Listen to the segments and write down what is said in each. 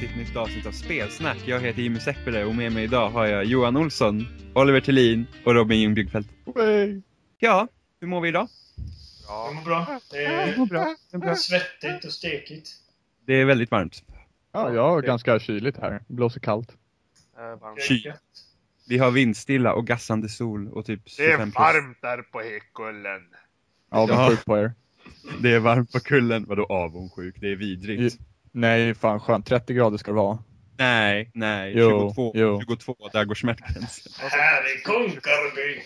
till ett nytt avsnitt av Spelsnack. Jag heter Jimmy Seppele och med mig idag har jag Johan Olsson, Oliver Thelin och Robin Ljungbyggfeldt. Ja, hur mår vi idag? Ja. Det mår bra. Det är bra. Svettigt och stekigt. Det är väldigt varmt. Ja, jag har ganska kyligt här. Det blåser kallt. Vi har vindstilla och gassande sol och typ 25+. Det är varmt där på Hekullen. Avundsjuk på er. Det är varmt på kullen. Vadå avundsjuk? Det är vidrigt. Nej, fan skönt. 30 grader ska det vara. Nej. Jo. 22, där går smärtgränsen. Här är Konkarby.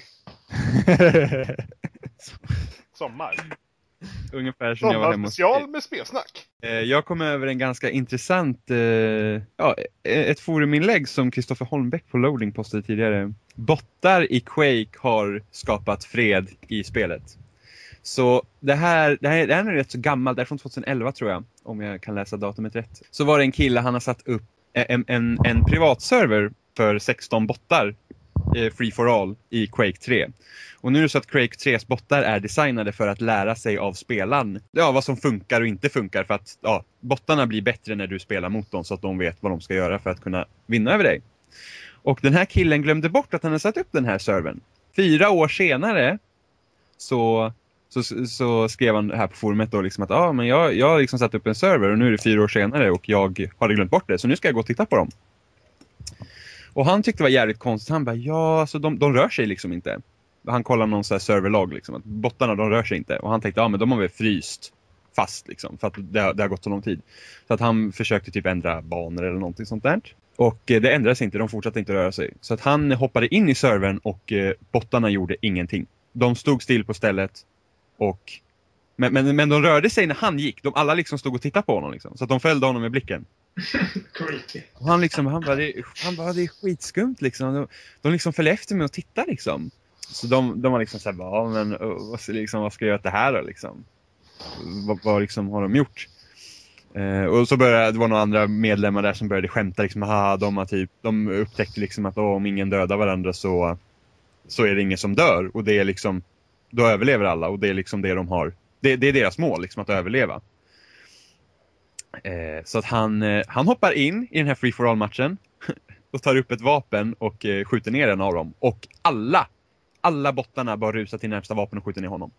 Sommar. Ungefär som jag var hemma. Sommarspecial med spelsnack. Jag kom över en ganska intressant ett foruminlägg som Kristoffer Holmbäck på Loading postade tidigare. Bottar i Quake har skapat fred i spelet. Så det här är rätt så gammalt, det är från 2011 tror jag, om jag kan läsa datumet rätt. Så var det en kille, han har satt upp en privatserver för 16 bottar free for all i Quake 3. Och nu är det så att Quake 3s bottar är designade för att lära sig av spelaren vad som funkar och inte funkar, för att bottarna blir bättre när du spelar mot dem så att de vet vad de ska göra för att kunna vinna över dig. Och den här killen glömde bort att han hade satt upp den här servern. 4 år senare så skrev han här på forumet då liksom att men jag har liksom satt upp en server och nu är det 4 år senare och jag har glömt bort det, så nu ska jag gå och titta på dem. Och han tyckte det var jävligt konstigt. Han bara, alltså de rör sig liksom inte. Han kollade någon sån här serverlag liksom, att bottarna de rör sig inte. Och han tänkte, men de har väl fryst fast liksom, för att det har gått så lång tid. Så att han försökte typ ändra banor eller någonting sånt där. Och det ändrades inte, de fortsatte inte röra sig. Så att han hoppade in i servern och bottarna gjorde ingenting. De stod still på stället. Men de rörde sig när han gick. De alla liksom stod och tittade på honom liksom, så att de följde honom med blicken. Creepy. Och han bara, det är skitskumt liksom. De liksom följde efter mig och tittade liksom. Så de var liksom så här, vad ska jag göra det här då liksom? Vad liksom har de gjort? Och så började det var några andra medlemmar där som började skämta liksom, de upptäckte liksom att om ingen dödar varandra så är det ingen som dör, och det är liksom, då överlever alla, och det är liksom det de har. Det är deras mål liksom, att överleva. Så att han hoppar in i den här free for all matchen och tar upp ett vapen och skjuter ner en av dem, och alla bottarna bara rusar till närmsta vapen och skjuter ner honom.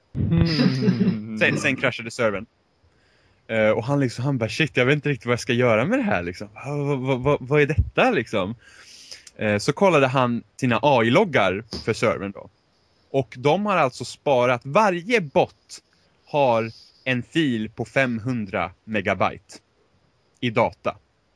Sen kraschade servern. Och han bara, shit, jag vet inte riktigt vad jag ska göra med det här liksom. Vad är detta liksom? Så kollade han sina AI-loggar för servern då. Och de har alltså sparat, varje bot har en fil på 500 megabyte i data.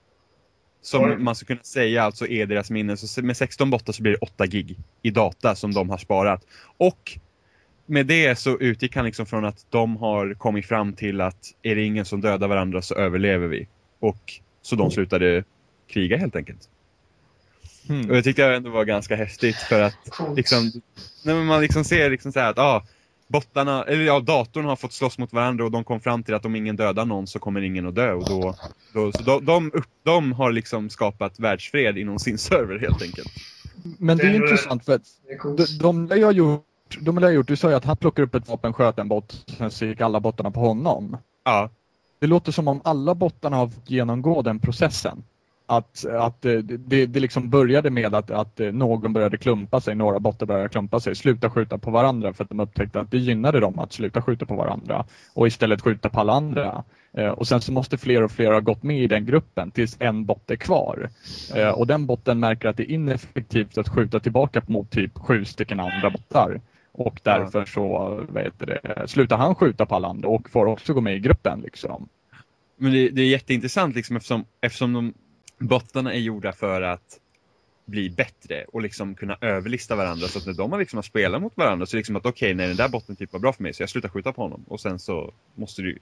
Som man ska kunna säga alltså är deras minnen. Så med 16 bottar så blir det 8 gig i data som de har sparat. Och med det så utgick han liksom från att de har kommit fram till att är det ingen som dödar varandra så överlever vi. Och så de slutade kriga helt enkelt. Och jag tyckte det ändå var ganska häftigt, för att liksom, när man liksom ser liksom så här att bottarna, eller datorn har fått slåss mot varandra och de kom fram till att om ingen dödar någon så kommer ingen att dö, och så de har liksom skapat världsfred inom sin server helt enkelt. Men det är intressant, för att de har gjort, du sa ju att han plockar upp ett vapen, sköt en bot, sen så gick alla bottarna på honom. Ja. Det låter som om alla bottarna har fått genomgå den processen. Att det liksom började med att någon började klumpa sig, några botter började klumpa sig, sluta skjuta på varandra för att de upptäckte att det gynnade dem att sluta skjuta på varandra och istället skjuta på alla andra. Och sen så måste fler och fler ha gått med i den gruppen tills en bot är kvar. Och den botten märker att det är ineffektivt att skjuta tillbaka mot typ 7 stycken andra bottar. Och därför så slutar han skjuta på alla andra och får också gå med i gruppen liksom. Men det är jätteintressant liksom, eftersom bottarna är gjorda för att bli bättre och liksom kunna överlista varandra, så att när de har spelat mot varandra så liksom att okej, när den där botten typ var bra för mig så jag slutar skjuta på honom, och sen så måste du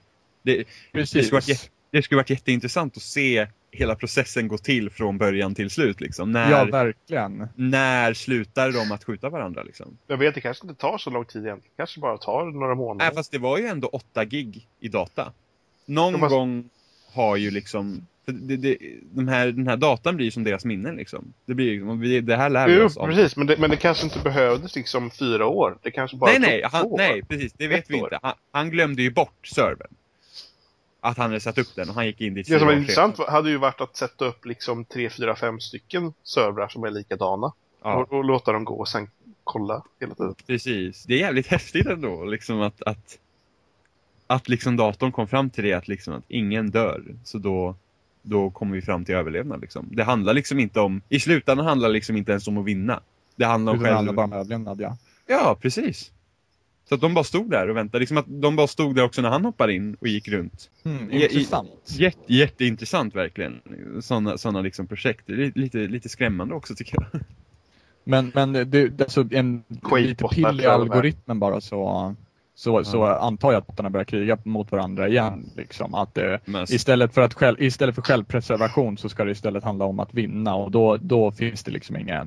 det skulle varit jätteintressant att se hela processen gå till från början till slut liksom. Ja, verkligen. När slutar de att skjuta varandra liksom? Jag vet, det kanske inte tar så lång tid egentligen. Det kanske bara tar några månader. Nej, fast det var ju ändå 8 gig i data. Någon gång har ju liksom den här datan blir ju som deras minnen liksom. Det blir ju, det här lär vi oss av. Precis, men det kanske inte behövdes liksom 4 år. Det kanske bara nej, precis, det vet vi inte. Han glömde ju bort servern. att han hade satt upp den och han gick in dit. Det som var intressant hade ju varit att sätta upp liksom 3, 4, 5 stycken servrar som är likadana. Ja. Och låta dem gå och sen kolla hela tiden. Precis. Det är jävligt häftigt ändå. Liksom att liksom datorn kom fram till det att, liksom att ingen dör. Så då kommer vi fram till överlevnad. Liksom. Det handlar liksom inte om... I slutändan handlar det liksom inte ens om att vinna. Det handlar om själv... Det handlar bara om överlevnad, ja. Ja, precis. Så att de bara stod där och väntade. Liksom att de bara stod där också när han hoppade in och gick runt. Intressant. Jätteintressant verkligen. Såna liksom projekt. Det är lite skrämmande också tycker jag. Men det är alltså en lite pillig algoritmen bara så antar jag att bottarna börjar kriga mot varandra igen. Liksom. Att, istället för självpreservation så ska det istället handla om att vinna. Och då finns det liksom ingen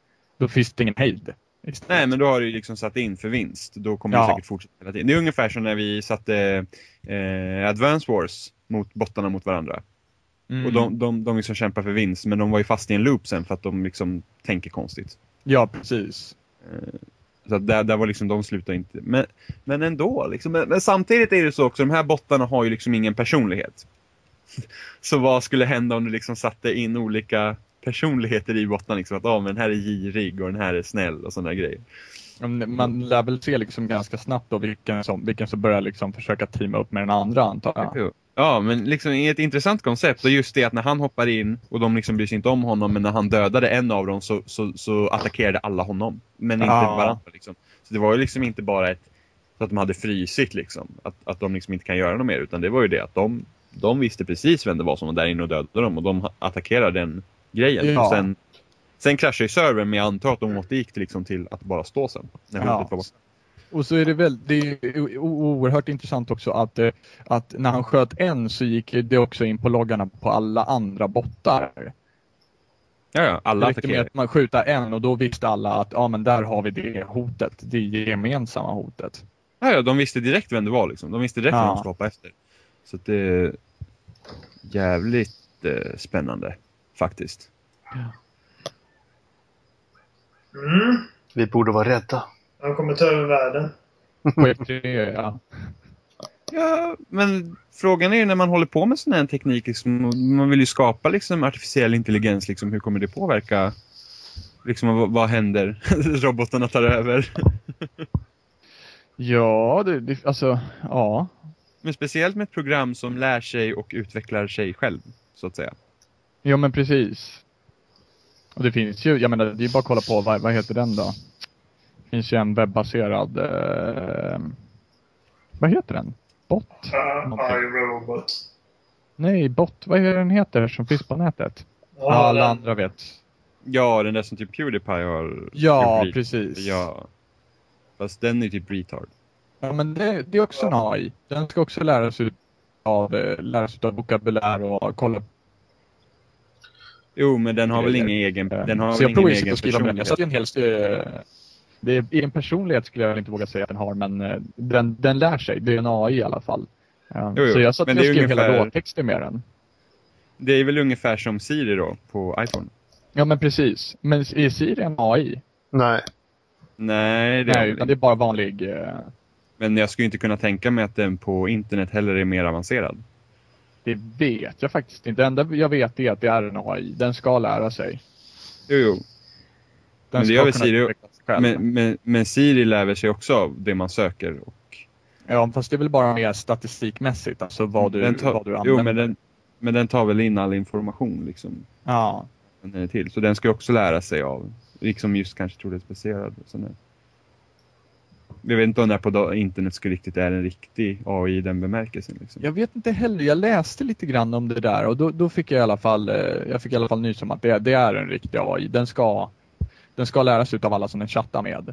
hejd. Istället. Nej, men då har du liksom satt in för vinst. Då kommer det säkert fortsätta hela tiden. Det är ungefär som när vi satte Advance Wars mot bottarna mot varandra. Och de liksom kämpar för vinst. Men de var ju fast i en loop sen för att de liksom tänker konstigt. Ja, precis. Så att där var liksom, de slutar inte. Men ändå, liksom. Men samtidigt är det så också, de här bottarna har ju liksom ingen personlighet. Så vad skulle hända om du liksom satte in olika personligheter i bottarna? Liksom, att men den här är girig och den här är snäll och sådana grejer. Man lär väl se liksom ganska snabbt då vilken som börjar liksom försöka teama upp med den andra, antar jag. Ja, men liksom är ett intressant koncept. Och just det att när han hoppar in och de liksom bryr sig inte om honom, men när han dödade en av dem så attackerade alla honom. Men inte varandra liksom. Så det var ju liksom inte bara så att de hade frysit liksom. Att de liksom inte kan göra något mer. Utan det var ju det att de visste precis vem det var som var där inne och dödade dem. Och de attackerade den grejen. Ja. Och sen kraschade ju servern, men jag antar att de återgick till att bara stå sen. När hotet var borta. Och så är det är oerhört intressant också att när han sköt en så gick det också in på loggarna på alla andra bottar. Ja, alla attackerade. Med att man skjuter en och då visste alla att men där har vi det hotet, det gemensamma hotet. Ja, de visste direkt vem det var liksom. De visste direkt vem de skulle hoppa efter. Så det är jävligt spännande faktiskt. Vi borde vara rädda. Han kommer ta över världen. Ja, men frågan är när man håller på med sån här teknik liksom, man vill ju skapa liksom artificiell intelligens liksom, hur kommer det påverka liksom, vad händer? Robotarna tar över. Ja, ja. Men speciellt med ett program som lär sig och utvecklar sig själv, så att säga. Ja, men precis. Och det finns ju, jag menar, det är bara att kolla på, vad heter den då? Det finns ju en webbaserad, vad heter den? Bot? iRobot. Nej, bot, vad är den heter som finns på nätet? Alla andra vet. Ja, den där som typ Pewdiepie har. Ja, precis. Ja, fast den är typ retard. Ja, men det är också en AI. Den ska också lära sig av vokabulär och kolla. Jo, men den har väl ingen egen. Den har så väl jag provar ingen egen att skriva med den. Så det är en personlighet skulle jag inte våga säga att den har, men den lär sig. Det är en AI i alla fall. Jo, så jag satt och skrev ungefär, hela råtexter med den. Det är väl ungefär som Siri då på iPhone. Ja, men precis. Men är Siri en AI? Nej. Nej, det är bara vanlig. Men jag skulle inte kunna tänka mig att den på internet heller är mer avancerad. Det vet jag faktiskt inte. Det enda jag vet är att det är en AI. Den ska lära sig. Jo. Men det gör väl Siri. Men Siri lär sig också av det man söker. Ja, fast det är väl bara mer statistikmässigt. Alltså vad du använder. Jo, men den tar väl in all information liksom. Ja. Till. Så den ska också lära sig av. Liksom just kanske trådledsbaserad. Jag vet inte om det här på internet skulle riktigt är en riktig AI i den bemärkelsen. Liksom. Jag vet inte heller. Jag läste lite grann om det där. Och då fick jag i alla fall nys om att det är en riktig AI. Den ska lära sig av alla som den chattar med.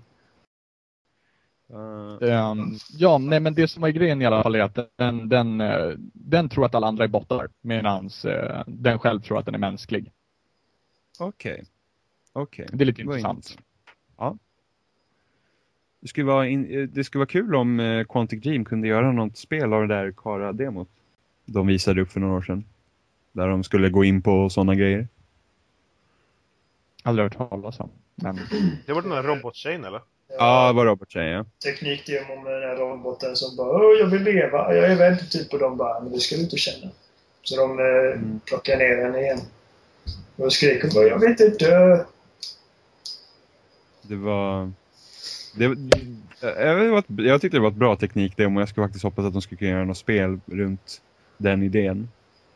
Men det som är grejen i alla fall är att den tror att alla andra är bottar. Medan den själv tror att den är mänsklig. Okej. Det är lite intressant. Ja. Det skulle vara kul om Quantic Dream kunde göra något spel av det där Kara-demot. De visade upp för några år sedan. Där de skulle gå in på sådana grejer. Aldrig hört talas om. Men... Det var den där robottjejen, eller? Ja, vad Robert säger. Ja. Teknikdemo med den här roboten som bara jag vill leva, jag är rädd typ och de bara, men det ska du inte känna. Så de plockar ner henne igen. Och skriker bara, jag vill inte dö. Jag tyckte det var ett bra teknikdemo. Jag skulle faktiskt hoppas att de skulle kunna göra något spel runt den idén.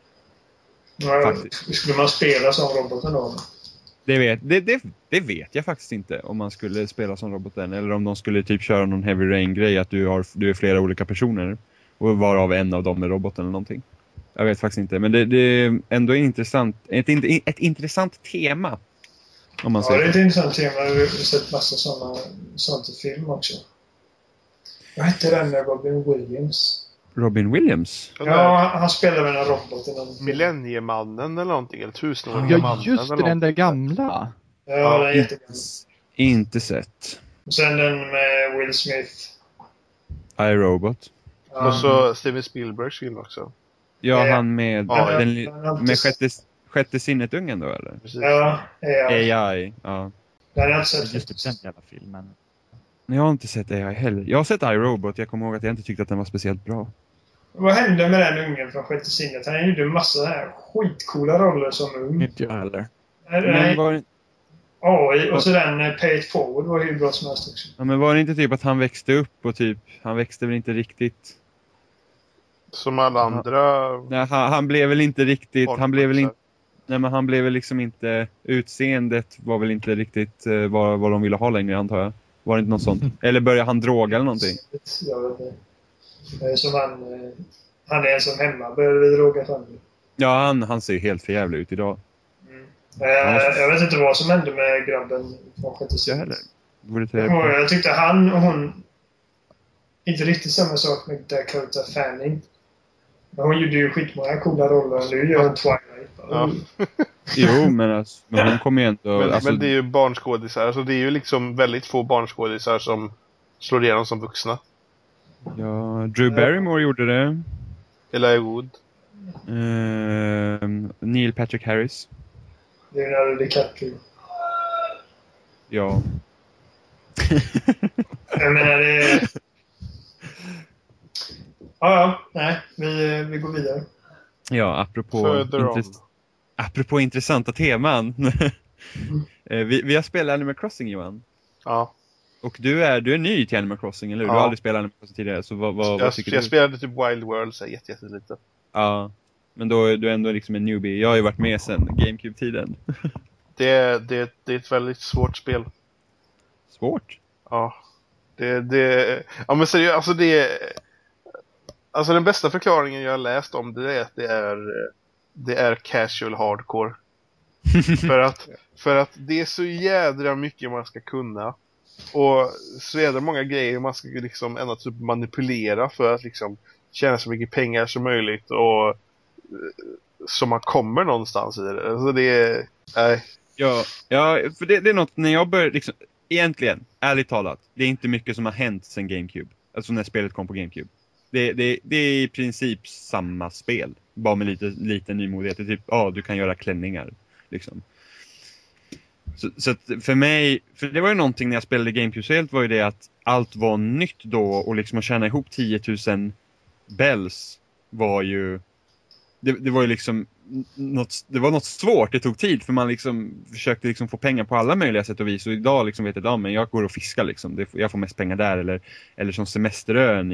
Ja, skulle man spela som roboten då? Det vet jag faktiskt inte om man skulle spela som roboten. Eller om de skulle typ köra någon Heavy Rain-grej att du är flera olika personer. Och varav en av dem är roboten eller någonting. Jag vet faktiskt inte. Men det är ändå ett intressant tema. Om man ja, det är ett intressant tema. Jag har sett massa sånt i film också. Vad hette den med Robin Williams? Robin Williams? Ja, han spelar med en robot. Millenniemannen eller någonting. Eller tusenåriga mannen. Ja, just det, den där gamla. Ja, den är jättegammal. Inte sett. Och sen den med Will Smith. iRobot. Och så Steven Spielbergs film också. Ja, han med, med sjätte sinnet-ungen då, eller? Precis. Ja, AI. Ja. Den har jag inte sett. Just den jävla filmen. Jag har inte sett AI heller. Jag har sett iRobot. Jag kommer ihåg att jag inte tyckte att den var speciellt bra. Vad hände med den ungen från sjätte sinnet? Han gjorde en massa här skitcoola roller som ung. Inte jag heller. Nej. AI och så den Pay It Forward var ju bra som helst också. Ja, men var det inte typ att han växte upp och typ, han växte väl inte riktigt... Som alla andra... Nej, han blev väl inte riktigt... Han blev väl liksom inte... Utseendet var väl inte riktigt vad de ville ha längre, antar jag. Var det inte något sånt? Eller började han droga eller någonting? Jag vet inte. Som han är ensam hemma. Började vi droga fram. Ja, han ser ju helt förjävlig ut idag. Jag vet inte vad som hände med grabben från sjätte sinnet. Jag tyckte han och hon... Inte riktigt samma sak med Dakota Fanning. Hon gjorde ju skitmånga coola roller. Nu gör hon Twilight. Ja. Jo, men hon kommer ju ändå... Men det är ju barnskådisar. Alltså det är ju liksom väldigt få barnskådisar som slår igenom som vuxna. Ja, Drew Barrymore gjorde det. Elijah Wood. Neil Patrick Harris. Leonardo DiCaprio. Ja. Jag menar det... Nej, vi går vidare. Ja, apropå intressanta teman. Vi har spelat Animal Crossing, Johan. Ja. Och du är ny till Animal Crossing, eller hur? Ja. Du har aldrig spelat Animal Crossing tidigare, så vad tycker du? Jag spelade typ Wild World så jättelite. Ja, men då är du ändå liksom en newbie. Jag har ju varit med sedan GameCube-tiden. Det är ett väldigt svårt spel. Svårt? Ja. Ja, men seriöst, alltså den bästa förklaringen jag har läst om det är att det är casual hardcore. för att det är så jädra mycket man ska kunna. Och så är det många grejer man ska liksom ändå typ manipulera för att liksom tjäna så mycket pengar som möjligt och så man kommer någonstans i det. Alltså det är... Ja, för det är något när jag började liksom, egentligen, ärligt talat, det är inte mycket som har hänt sedan GameCube. Alltså när spelet kom på GameCube. Det är i princip samma spel. Bara med lite nymodighet. Typ, du kan göra klänningar. Liksom. Så att för mig, för det var ju någonting när jag spelade GameCube-spelet var ju det att allt var nytt då och liksom att tjäna ihop 10 000 bells var ju det var ju liksom något svårt, det tog tid för man liksom försökte liksom få pengar på alla möjliga sätt och vis och idag liksom vet jag men jag går och fiskar liksom, jag får mest pengar där eller som semesterön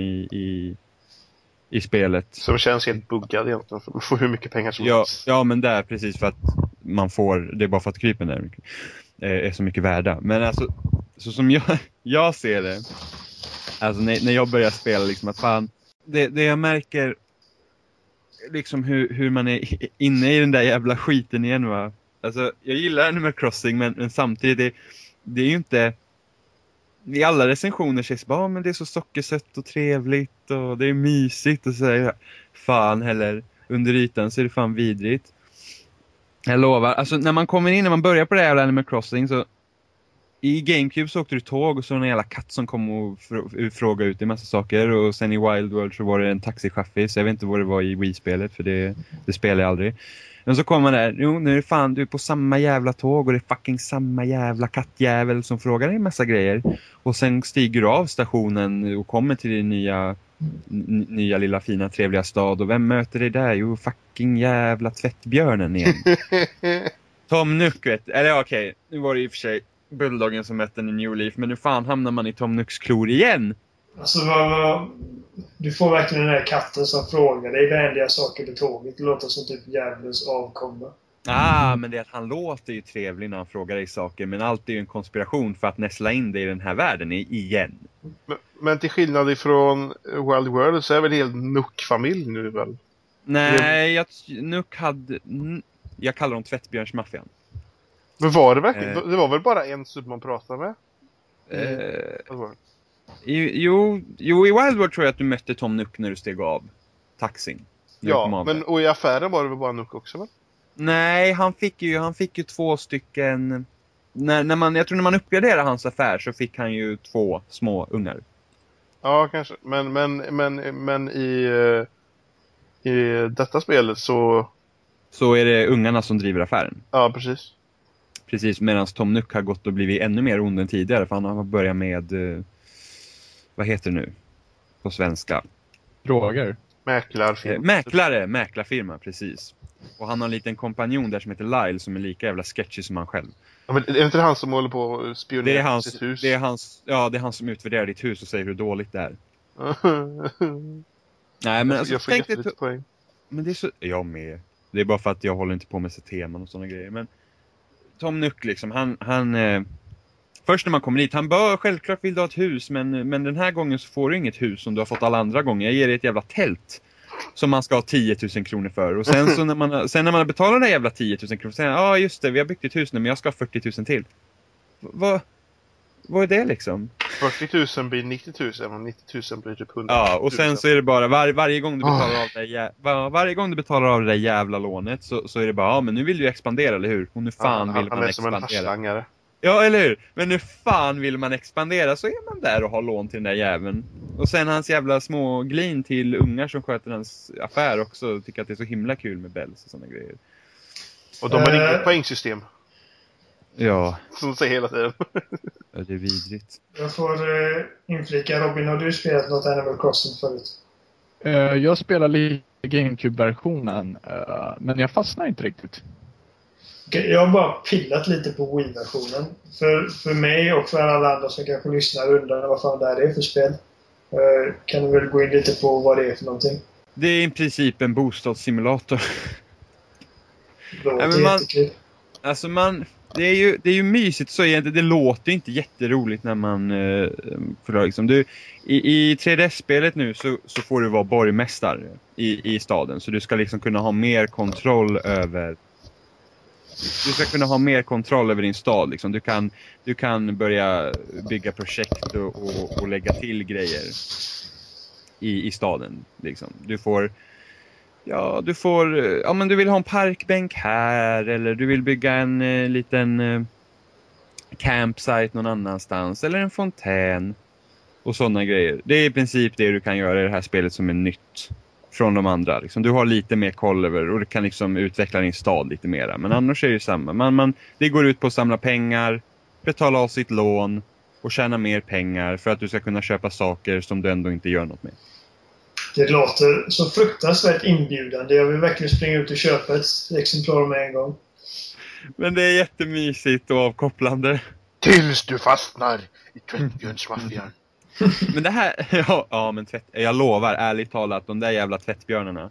i spelet. Som känns helt buggad egentligen för man får hur mycket pengar som helst. Ja, men där precis för att man får, det är bara för att krypen där är så mycket värda. Men alltså, så som jag ser det, alltså när jag börjar spela liksom att fan, det jag märker liksom hur man är inne i den där jävla skiten igen, va. Alltså jag gillar Animal Crossing men samtidigt det är ju inte i alla recensioner sägs bara men det är så sockersött och trevligt och det är mysigt och så fan heller under ytan så är det fan vidrigt. Jag lovar, alltså när man börjar på det här Animal Crossing så i GameCube så åkte du tåg och så var det en jävla katt som kom och frågade ut en massa saker och sen i Wild World så var det en taxichaffis, så jag vet inte vad det var i Wii-spelet för det spelar jag aldrig. Men så kommer man där, jo nu är det fan du är på samma jävla tåg och det är fucking samma jävla kattjävel som frågar dig en massa grejer. Och sen stiger du av stationen och kommer till din nya lilla fina trevliga stad. Och vem möter dig där? Jo, fucking jävla tvättbjörnen igen. Tom Nook vet, eller okej, nu var det i och för sig Bulldoggen som mötte en i New Leaf, men nu fan hamnar man i Tom Nooks klor igen. Alltså, du får verkligen den här katten som frågar dig vänliga saker på tåget. Det låter som typ djävulens avkomma. Men det är att han låter ju trevlig när han frågar dig saker, men allt är ju en konspiration för att näsla in dig i den här världen igen. Men till skillnad ifrån Wild World så är väl helt Nook-familj nu väl? Nej, Nook hade... Jag kallar dem tvättbjörnsmaffian. Men var det verkligen? Det var väl bara en sub man pratade med? Jo, i Wild World tror jag att du mötte Tom Nook när du steg av taxin. Ja, men och i affären var det väl bara Nook också va? Nej, han fick ju 2 stycken... Jag tror när man uppgraderade hans affär så fick han ju 2 små ungar. Ja, kanske. Men i detta spelet så är det ungarna som driver affären. Ja, precis. Precis, medan Tom Nook har gått och blivit ännu mer ond än tidigare. För han har börjat med... vad heter det nu? På svenska. Droger. Mäklarfirma, precis. Och han har en liten kompanjon där som heter Lyle som är lika jävla sketchy som han själv. Ja, men är det inte han som håller på och spionerar sitt hus? Det är han som utvärderar ditt hus och säger hur dåligt det är. Nej, men alltså, jag får jättelite poäng. Men det är så... Jag med. Det är bara för att jag håller inte på med teman och sådana grejer. Men Tom Nook liksom, han först när man kommer dit, han bör självklart vill du ha ett hus, men den här gången så får du inget hus som du har fått alla andra gånger. Jag ger dig ett jävla tält som man ska ha 10 000 kronor för. Och sen så när man har betalat det jävla 10 000 kronor, säger han, just det, vi har byggt ett hus nu, men jag ska ha 40 000 till. Vad är det liksom? 40 000 blir 90 000 och 90 000 blir typ 100 000. Ja, och sen så är det bara varje gång du betalar av dig varje gång du betalar av det där jävla lånet så är det bara, men nu vill du expandera, eller hur? Och nu fan vill man expandera. Ja, eller hur? Men nu fan vill man expandera, så är man där och har lån till den där jäveln. Och sen hans jävla små glin till ungar som sköter hans affär också tycker att det är så himla kul med Bells och sådana grejer. Och de har inget poängsystem. Ja. Som säger hela tiden. Ja, det är vidrigt. Jag får inflika. Robin, har du spelat något Animal Crossing förut? Jag spelar lite GameCube-versionen, men jag fastnar inte riktigt. Okay, jag har bara pillat lite på Wii-versionen. För mig och för alla andra som kanske lyssnar undrar vad fan det är för spel. Kan du väl gå in lite på vad det är för någonting? Det är i princip en bostadssimulator. Det är ju mysigt så egentligen. Det låter inte jätteroligt när man liksom, i 3DS-spelet nu så får du vara borgmästare i staden. Så du ska liksom kunna ha mer kontroll över din stad liksom. Du kan börja bygga projekt och lägga till grejer i staden liksom. Men du vill ha en parkbänk här, eller du vill bygga en liten campsite någon annanstans, eller en fontän och sådana grejer. Det är i princip det du kan göra i det här spelet som är nytt från de andra. Liksom. Du har lite mer koll över och du kan liksom utveckla din stad lite mera. Men annars är det ju samma. Det går ut på att samla pengar, betala av sitt lån och tjäna mer pengar för att du ska kunna köpa saker som du ändå inte gör något med. Det låter så fruktansvärt inbjudande. Jag vill verkligen springa ut och köpa ett exemplar med en gång. Men det är jättemysigt och avkopplande. Tills du fastnar i tvättbjörnsmaffian. Men det här... men jag lovar, ärligt talat, de där jävla tvättbjörnarna.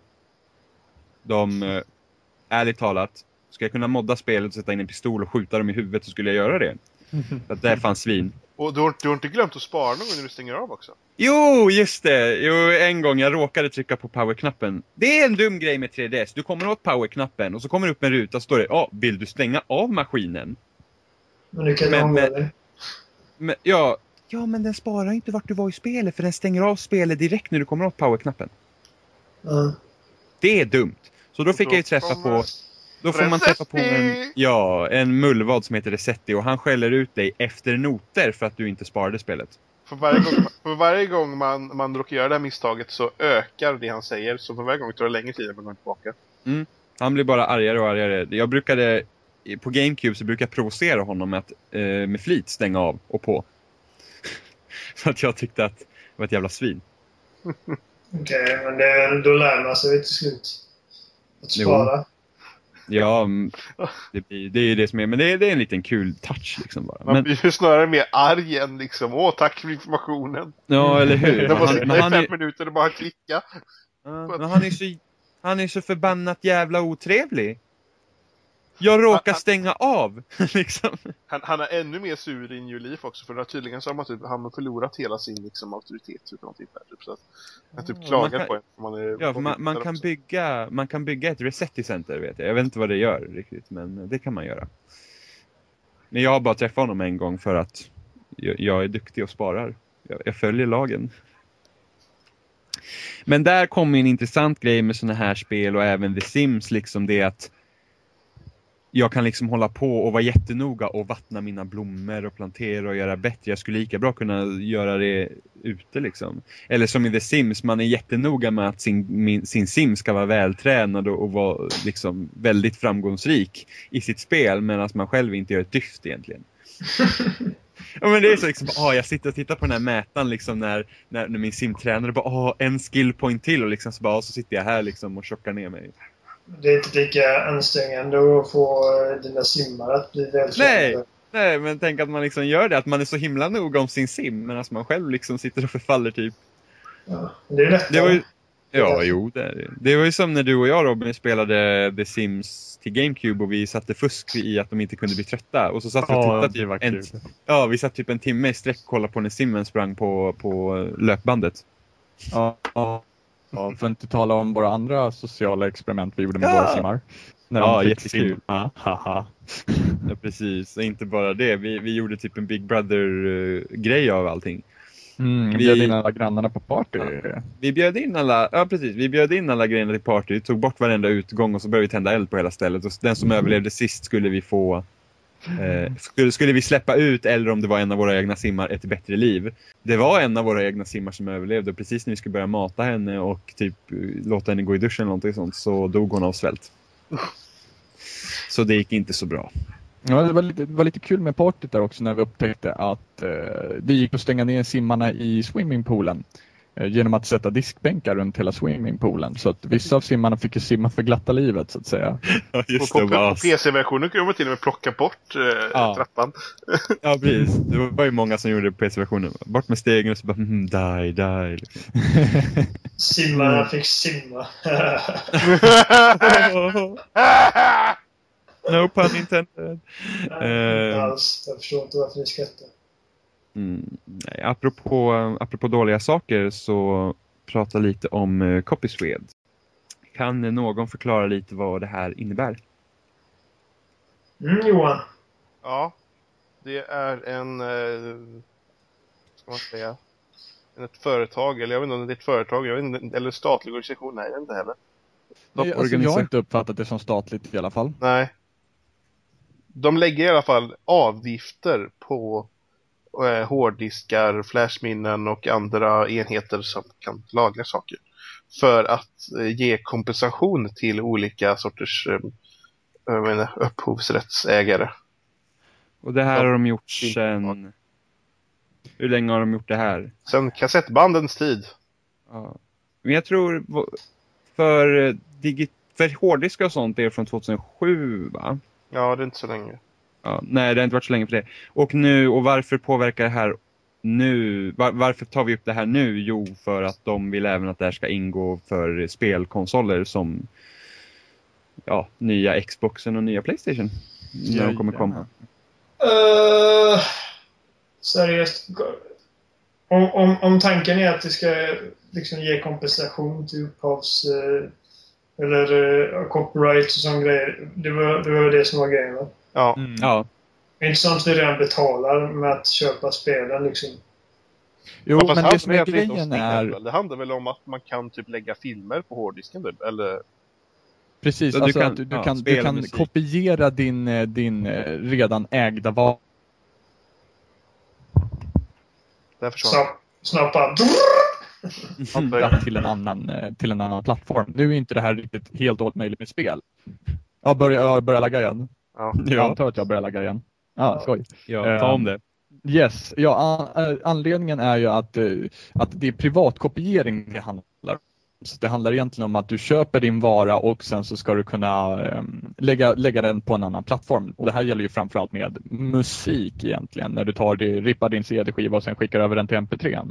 Ärligt talat, ska jag kunna modda spelet och sätta in en pistol och skjuta dem i huvudet så skulle jag göra det. För att det är fan svin. Och du har inte glömt att spara någon gång när du stänger av också? Jo, just det. En gång jag råkade trycka på powerknappen. Det är en dum grej med 3DS. Du kommer åt powerknappen och så kommer det upp en ruta och står det, vill du stänga av maskinen? Men du kan ångra det. Men den sparar inte vart du var i spelet, för den stänger av spelet direkt när du kommer åt powerknappen. Det är dumt. Så då fick jag ju träffa på... Då får man träffa på en mullvad som heter Resetti, och han skäller ut dig efter noter för att du inte sparade spelet. För varje gång man råkar göra det här misstaget så ökar det han säger, så för varje gång tar det längre tid att man går tillbaka. Han blir bara argare och argare. På GameCube så brukar jag provocera honom med att med flit stänga av och på. För att jag tyckte att det var ett jävla svin. Okej, men då lär man sig till slut. Att spara. Ja, det är ju det som är. Men det är en liten kul touch liksom bara. Man blir ju snarare mer arg än liksom, tack för informationen. Ja, eller hur? Det var sitta i 5 minuter och bara klicka. Men han är så förbannat jävla otrevlig. Jag råkar stänga av, liksom. Han är ännu mer sur i New Leaf också, för det har tydligen så att han har förlorat hela sin liksom, auktoritet utan typ där, typ, så att han typ klagar på en. Man kan bygga ett reset-center, vet jag. Jag vet inte vad det gör riktigt, men det kan man göra. Men jag har bara träffat honom en gång för att jag är duktig och sparar. Jag följer lagen. Men där kommer en intressant grej med såna här spel och även The Sims, liksom det att jag kan liksom hålla på och vara jättenoga och vattna mina blommor och plantera och göra bättre. Jag skulle lika bra kunna göra det ute liksom. Eller som i The Sims, man är jättenoga med att sin sim ska vara vältränad och vara liksom väldigt framgångsrik i sitt spel, medan man själv inte gör ett dyft egentligen. Ja, men det är så liksom, jag sitter och tittar på den här mätaren liksom när min simtränare bara, en skill point till och liksom så sitter jag här liksom och chockar ner mig. Det är inte lika ansträngande att få dina simmar att bli vältränade. Nej, men tänk att man liksom gör det, att man är så himla noga om sin sim, men att man själv liksom sitter och förfaller typ. Ja, det är lättare. Det var ju som när du och jag, Robin, spelade The Sims till GameCube och vi satte fusk i att de inte kunde bli trötta. Och så satt vi och tittade vi satt typ en timme i sträck och kollade på när simmen sprang på löpbandet. Ja, för att inte tala om våra andra sociala experiment vi gjorde med våra simmar. Jättekul. Ja, precis. Och inte bara det. Vi gjorde typ en Big Brother-grej av allting. Vi bjöd in alla grannarna på party. Vi bjöd in alla grannarna till party, tog bort varenda utgång och så började vi tända eld på hela stället. Och den som överlevde sist skulle vi få skulle vi släppa ut, eller om det var en av våra egna simmar, ett bättre liv. Det var en av våra egna simmar som överlevde, och precis när vi skulle börja mata henne och typ låta henne gå i duschen eller någonting sånt, så dog hon av svält. Så det gick inte så bra. Ja, det var lite kul med partyt där också när vi upptäckte att det gick att stänga ner simmarna i swimmingpoolen genom att sätta diskbänkar runt hela swimmingpoolen. Så att vissa av simmarna fick ju simma för glatta livet, så att säga. Ja, just och på PC-versionen kunde man till och med plocka bort trappan. Ja, precis. Det var ju många som gjorde det på PC-versionen. Bort med stegen och så bara, die. Liksom. Simmarna fick simma. No pun intended. Alls. Jag förstår inte varför ni skrattar. Nej, apropå dåliga saker, så prata lite om Copyswede. Kan någon förklara lite vad det här innebär? Johan. Ja, det är ett företag, eller jag vet inte om det är ett företag, eller statlig organisation, nej, inte heller. Nej, alltså, jag har inte uppfattat det som statligt i alla fall. Nej. De lägger i alla fall avgifter på hårddiskar, flashminnen och andra enheter som kan lagra saker. För att ge kompensation till olika sorters upphovsrättsägare. Och det här har de gjort sen... Hur länge har de gjort det här? Sen kassettbandens tid. Ja. Men jag tror för hårddiskar och sånt är det från 2007, va? Ja, det är inte så länge. Ja, nej, det har inte varit så länge för det. Och varför påverkar det här nu? Varför tar vi upp det här nu? Jo, för att de vill även att det här ska ingå för spelkonsoler som nya Xboxen och nya PlayStation. När de kommer komma. Seriöst. Om tanken är att det ska liksom ge kompensation till upphavs eller copyright och sån grejer. Det var det som var grejen, va? Ja. Ja. Det är inte som att vi redan betalar med att köpa spelen liksom. Jo, men det som är grejen är... Det handlar väl om att man kan typ lägga filmer på hårddisken, eller... Precis, så alltså du kan kopiera din redan ägda vapen. Snabbt bara... till en annan plattform. Nu är inte det här riktigt helt omöjligt med spel. Jag börjar lagga igen. Ja. Jag antar att jag börjar lagga igen. Skoj. Ja, ta om det. Yes, anledningen är ju att det är privatkopiering det handlar om. Så det handlar egentligen om att du köper din vara och sen så ska du kunna lägga den på en annan plattform. Och det här gäller ju framförallt med musik egentligen. När du rippar din CD-skiva och sen skickar över den till MP3.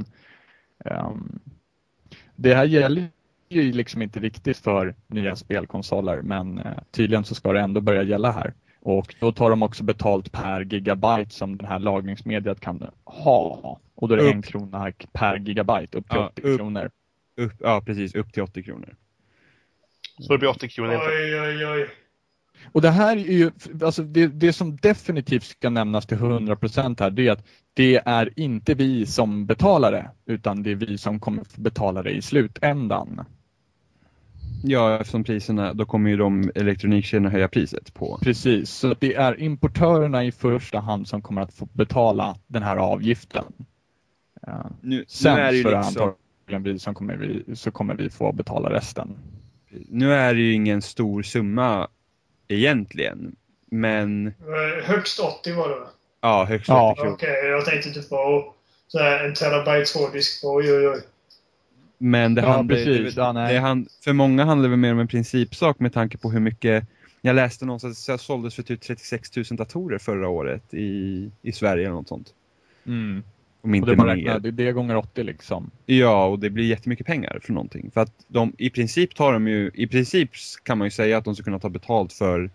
Det här gäller ju liksom inte riktigt för nya spelkonsoler, men tydligen så ska det ändå börja gälla här. Och då tar de också betalt per gigabyte som den här lagringsmediet kan ha. Och då är det 1 krona per gigabyte upp till 80 kronor. Ja, precis. Upp till 80 kronor. Så det blir 80 kronor. Oj. Och det här är ju, alltså det som definitivt ska nämnas till 100% här, det är att det är inte vi som betalar det, utan det är vi som kommer betala det i slutändan. Ja, eftersom priserna, då kommer ju de elektronikkedjorna höja priset på. Precis, så det är importörerna i första hand som kommer att få betala den här avgiften. Sen är det så liksom... vi kommer vi få betala resten. Nu är det ju ingen stor summa egentligen, men... Högst 80 var det, va? Ja, högst 80 kronor. Okej, jag tänkte inte på så här, en terabyte hårddisk på, oj. Men det handlar för många handlar det mer om en principsak med tanke på hur mycket... Jag läste någonstans att det såldes för typ 36 000 datorer förra året i Sverige eller något sånt. Mm. Om inte och mer. Det är gånger 80 liksom. Ja, och det blir jättemycket pengar för någonting. För att i princip kan man ju säga att de ska kunna ta betalt för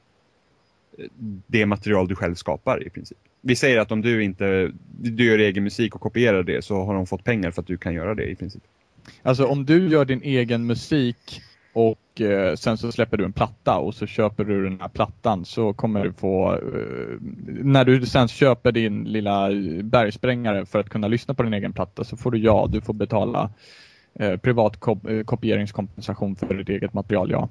det material du själv skapar i princip. Vi säger att om du gör egen musik och kopierar det, så har de fått pengar för att du kan göra det i princip. Alltså om du gör din egen musik och sen så släpper du en platta och så köper du den här plattan, så kommer du få, när du sen köper din lilla bergsprängare för att kunna lyssna på din egen platta, så får du får betala privat kopieringskompensation för ditt eget material, ja.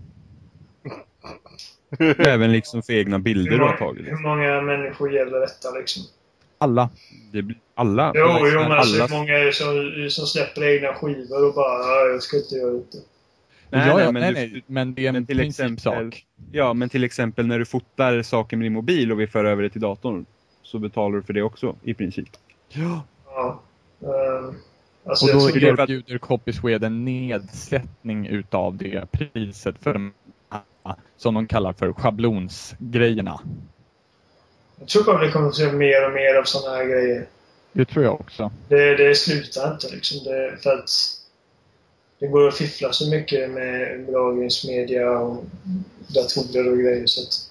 Även liksom för egna bilder du har tagit. Hur många människor gäller detta liksom? Alla. Det blir alla. Jo, men alltså hur många är som släpper egna skivor och bara, jag ska inte göra det. Men det är en principsak. Ja, men till exempel när du fotar saker med din mobil och vi för över det till datorn, så betalar du för det också i princip. Ja. Alltså, och då erbjuder Copy Sweden nedsättning utav det priset för de som de kallar för schablonsgrejerna. Jag tror bara vi kommer att se mer och mer av sådana här grejer. Det tror jag också. Det slutar inte liksom. För att det går att fiffla så mycket med lagringsmedia och datorer och grejer. Så att,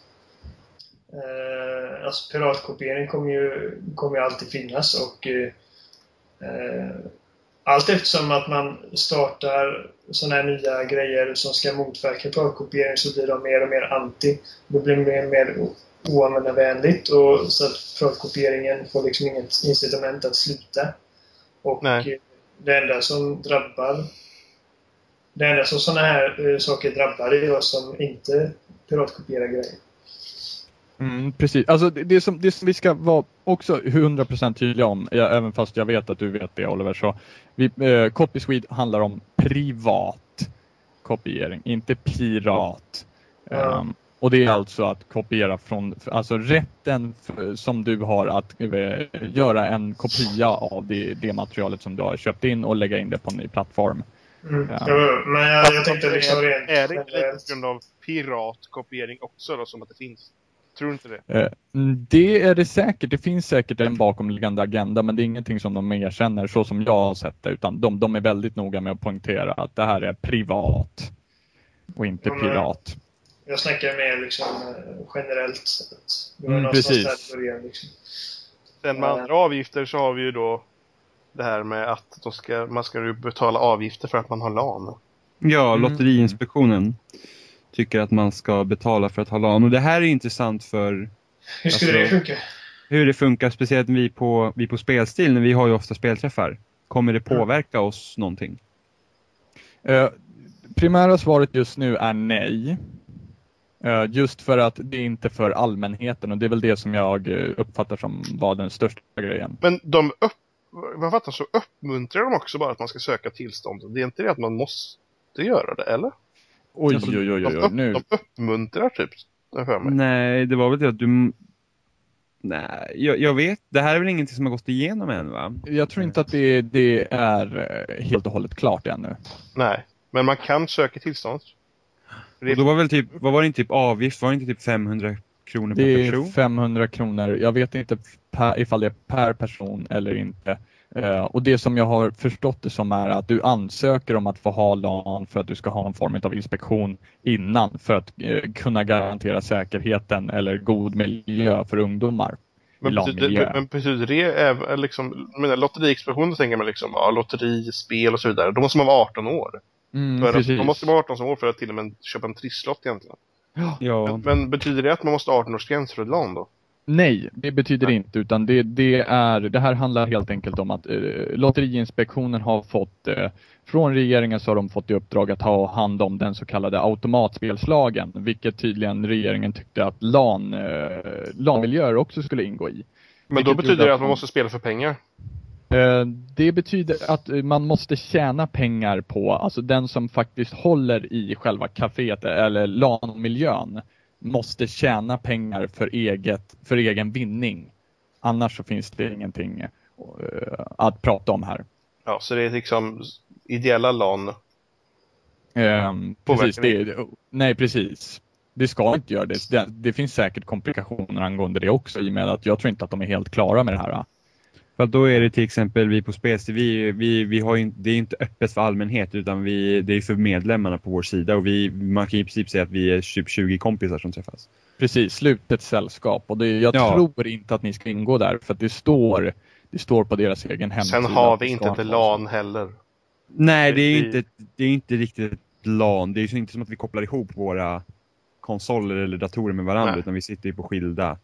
alltså piratkopiering kommer ju alltid finnas. Och allt eftersom att man startar sådana här nya grejer som ska motverka piratkopiering, så blir de mer och mer anti. Det blir mer och mer oanvändarvänligt, och så att piratkopieringen får liksom inget incitament att sluta. Och det enda som sådana här saker drabbar är jag som inte piratkopierar grejer. Precis. Alltså det som vi ska vara också 100% tydliga om, även fast jag vet att du vet det, Oliver, så Copy Swede handlar om privat kopiering, inte pirat. Och det är alltså att kopiera alltså rätten som du har att göra en kopia av det materialet som du har köpt in och lägga in det på en ny plattform. Men jag tänkte liksom är det inte lite grund av piratkopiering också då, som att det finns? Tror du inte det? Det är det säkert. Det finns säkert en bakomliggande agenda, men det är ingenting som de erkänner så som jag har sett det, utan de är väldigt noga med att poängtera att det här är privat och inte pirat. Jag snackar mer liksom generellt. Precis. Liksom. Sen med andra avgifter så har vi ju då det här med att man ska ju betala avgifter för att man har LAN. Ja, Lotteriinspektionen tycker att man ska betala för att ha LAN. Och det här är intressant för... Hur skulle det funka? Hur det funkar, speciellt vi på Spelstil, när vi har ju ofta spelträffar. Kommer det påverka oss någonting? Primära svaret just nu är nej. Just för att det är inte för allmänheten, och det är väl det som jag uppfattar som var den största grejen. Men man fattar så uppmuntrar de också bara att man ska söka tillstånd. Det är inte det att man måste göra det, eller? Oj. De uppmuntrar typ. För mig. Nej, det var väl det att du... Nej, jag vet. Det här är väl ingenting som har gått igenom än, va? Jag tror inte att det är helt och hållet klart ännu. Nej, men man kan söka tillstånd. Och då var väl typ, vad var det inte typ avgift? Var det inte typ 500 kronor per person? Det är 500 kronor. Jag vet inte ifall det är per person eller inte. Och det som jag har förstått det som är att du ansöker om att få ha LAN för att du ska ha en form av inspektion innan för att kunna garantera säkerheten eller god miljö för ungdomar. Men betyder det liksom, lotteriexplosionen tänker man liksom, ja, lotteri, spel och så vidare. Då måste man vara 18 år. Då måste man vara 18 år för att till och med köpa en trisslott egentligen. Ja. Men betyder det att man måste ha 18 års gräns för ett LAN då? Nej, det betyder inte, utan det här handlar helt enkelt om att Lotteriinspektionen har fått från regeringen så har de fått i uppdrag att ha hand om den så kallade automatspelslagen, vilket tydligen regeringen tyckte att LAN-miljöer också skulle ingå i. Men då betyder det att man måste spela för pengar? Det betyder att man måste tjäna pengar på, alltså den som faktiskt håller i själva kaféet eller LAN-miljön måste tjäna pengar för egen vinning. Annars så finns det ingenting att prata om här. Ja, så det är liksom ideella LAN. Precis, nej, precis. Det ska inte göra det. Det finns säkert komplikationer angående det också, i och med att jag tror inte att de är helt klara med det här. För då är det till exempel vi på Spelstil, vi har ju, det är inte öppet för allmänhet, utan det är för medlemmarna på vår sida, och man kan i princip säga att vi är 20 kompisar som träffas. Precis, slutet sällskap, och jag tror inte att ni ska ingå där, för att det står på deras egen hemsida. Sen har vi inte ett LAN heller. Nej, det är inte riktigt ett LAN. Det är ju inte som att vi kopplar ihop våra konsoler eller datorer med varandra. Nej. Utan vi sitter ju på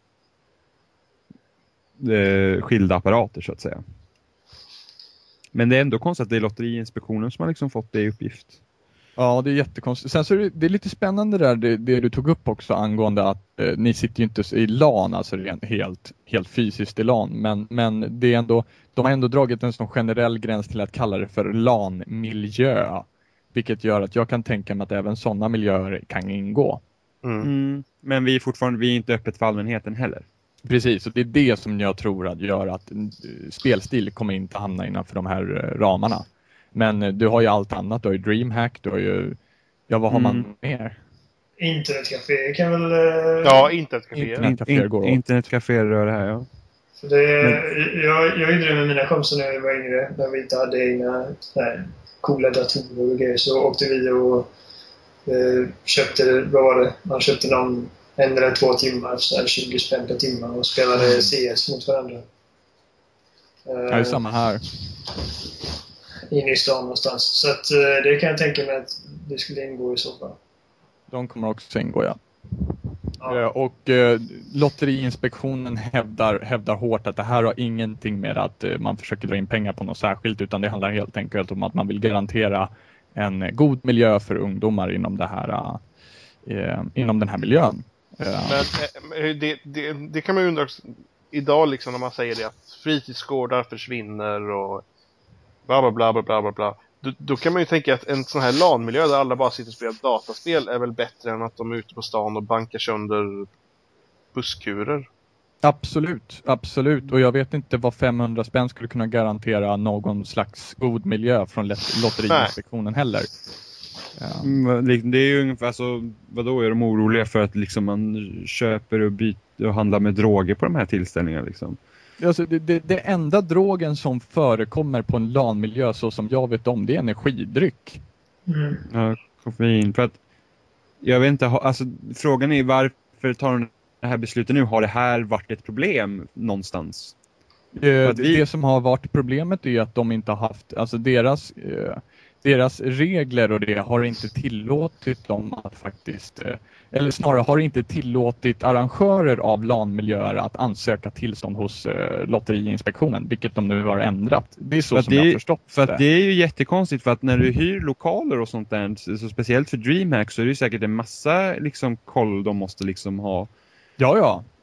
skilda apparater så att säga. Men det är ändå konstigt att det är Lotteriinspektionen som har liksom fått det i uppgift. Ja, det är jättekonstigt. Sen så är det lite spännande där det du tog upp också angående att ni sitter ju inte i LAN, alltså helt fysiskt i LAN, men det är ändå, de har ändå dragit en sån generell gräns till att kalla det för LAN-miljö, vilket gör att jag kan tänka mig att även sådana miljöer kan ingå. Men vi är inte öppet för allmänheten heller. Precis, och det är det som jag tror att gör att spelstil kommer inte hamna innanför de här ramarna. Men du har ju allt annat, du har ju DreamHack, du har ju... Ja, vad har man mer? Internetcafé kan väl... Ja, internetcafé går åt. Internetcafé rör det här, ja. Så jag gjorde det med mina kompisar när jag var yngre, när vi inte hade egna coola datorer och grejer, så åkte vi och köpte, vad var det? Man köpte någon 1 eller 2 timmar, så 20 spänn per timme, och spelade CS mot varandra. Ja, det är samma här. Inne i stan någonstans. Så att det kan jag tänka mig att det skulle ingå i så fall. De kommer också ingå, ja. Och Lotteriinspektionen hävdar hårt att det här har ingenting med att man försöker dra in pengar på något särskilt, utan det handlar helt enkelt om att man vill garantera en god miljö för ungdomar inom den här miljön. Men det kan man ju undra idag liksom, när man säger det att fritidsgårdar försvinner och bla bla bla bla bla bla. Då kan man ju tänka att en sån här LAN-miljö där alla bara sitter och spelar dataspel är väl bättre än att de är ute på stan och bankar sönder busskurer. Absolut. Och jag vet inte vad 500 spänn skulle kunna garantera någon slags god miljö från Lotteriinspektionen heller. Ja. Det är ju ungefär så, vadå, är de oroliga för att liksom man köper och byter och handlar med droger på de här tillställningarna liksom? Alltså, det enda drogen som förekommer på en LAN-miljö så som jag vet om, det är energidryck. Ja, koffein. För att jag vet inte, alltså frågan är varför tar de det här beslutet nu? Har det här varit ett problem någonstans? Det som har varit problemet är att de inte har haft, alltså deras regler och det har inte tillåtit dem att faktiskt, eller snarare har inte tillåtit arrangörer av LAN-miljöer att ansöka tillstånd hos Lotteriinspektionen, vilket de nu har ändrat. Det är så som jag har förstått det. För att det är ju jättekonstigt, för att när du hyr lokaler och sånt där, så speciellt för DreamHack, så är det ju säkert en massa liksom koll de måste liksom ha. Ja.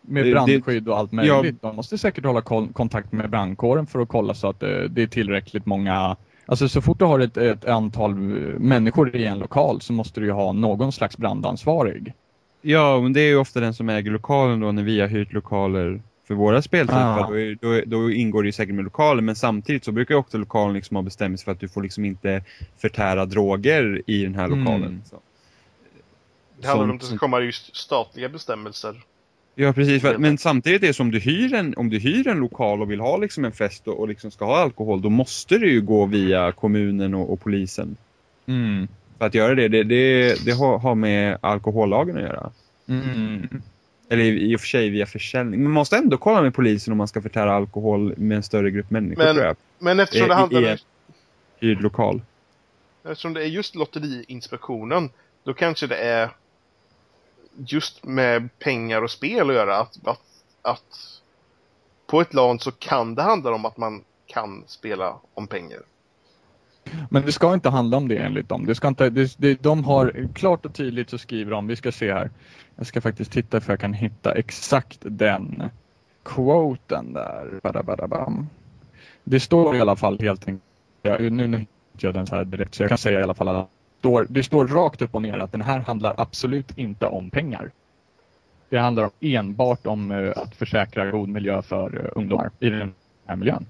Med brandskydd och allt möjligt. De måste säkert hålla kontakt med brandkåren för att kolla så att det är tillräckligt många. Alltså så fort du har ett antal människor i en lokal så måste du ju ha någon slags brandansvarig. Ja, men det är ju ofta den som äger lokalen då, när vi har hyrt lokaler för våra spelträffar. Då ingår det ju säkert med lokaler, men samtidigt så brukar ju också lokalen liksom ha bestämmelser för att du får liksom inte förtära droger i den här lokalen. Så. Det handlar om att det ska komma just statliga bestämmelser. Ja, precis. Men samtidigt är det som om du hyr en lokal och vill ha liksom en fest och liksom ska ha alkohol, då måste du ju gå via kommunen och polisen. För att göra det har med alkohollagen att göra. Eller i och för sig via försäljning. Men man måste ändå kolla med polisen om man ska förtära alkohol med en större grupp människor. Men eftersom det handlar i en hyrd lokal. Eftersom det är just Lotteriinspektionen, då kanske det är just med pengar och spel att göra. Att på ett LAN så kan det handla om att man kan spela om pengar. Men det ska inte handla om det enligt dem. Det ska inte, de har klart och tydligt så skriver de, vi ska se här. Jag ska faktiskt titta för jag kan hitta exakt den quoten där. Det står i alla fall helt enkelt. Nu hittar jag den så här direkt så jag kan säga i alla fall att det står rakt upp och ner att den här handlar absolut inte om pengar. Det handlar enbart om att försäkra god miljö för ungdomar i den här miljön.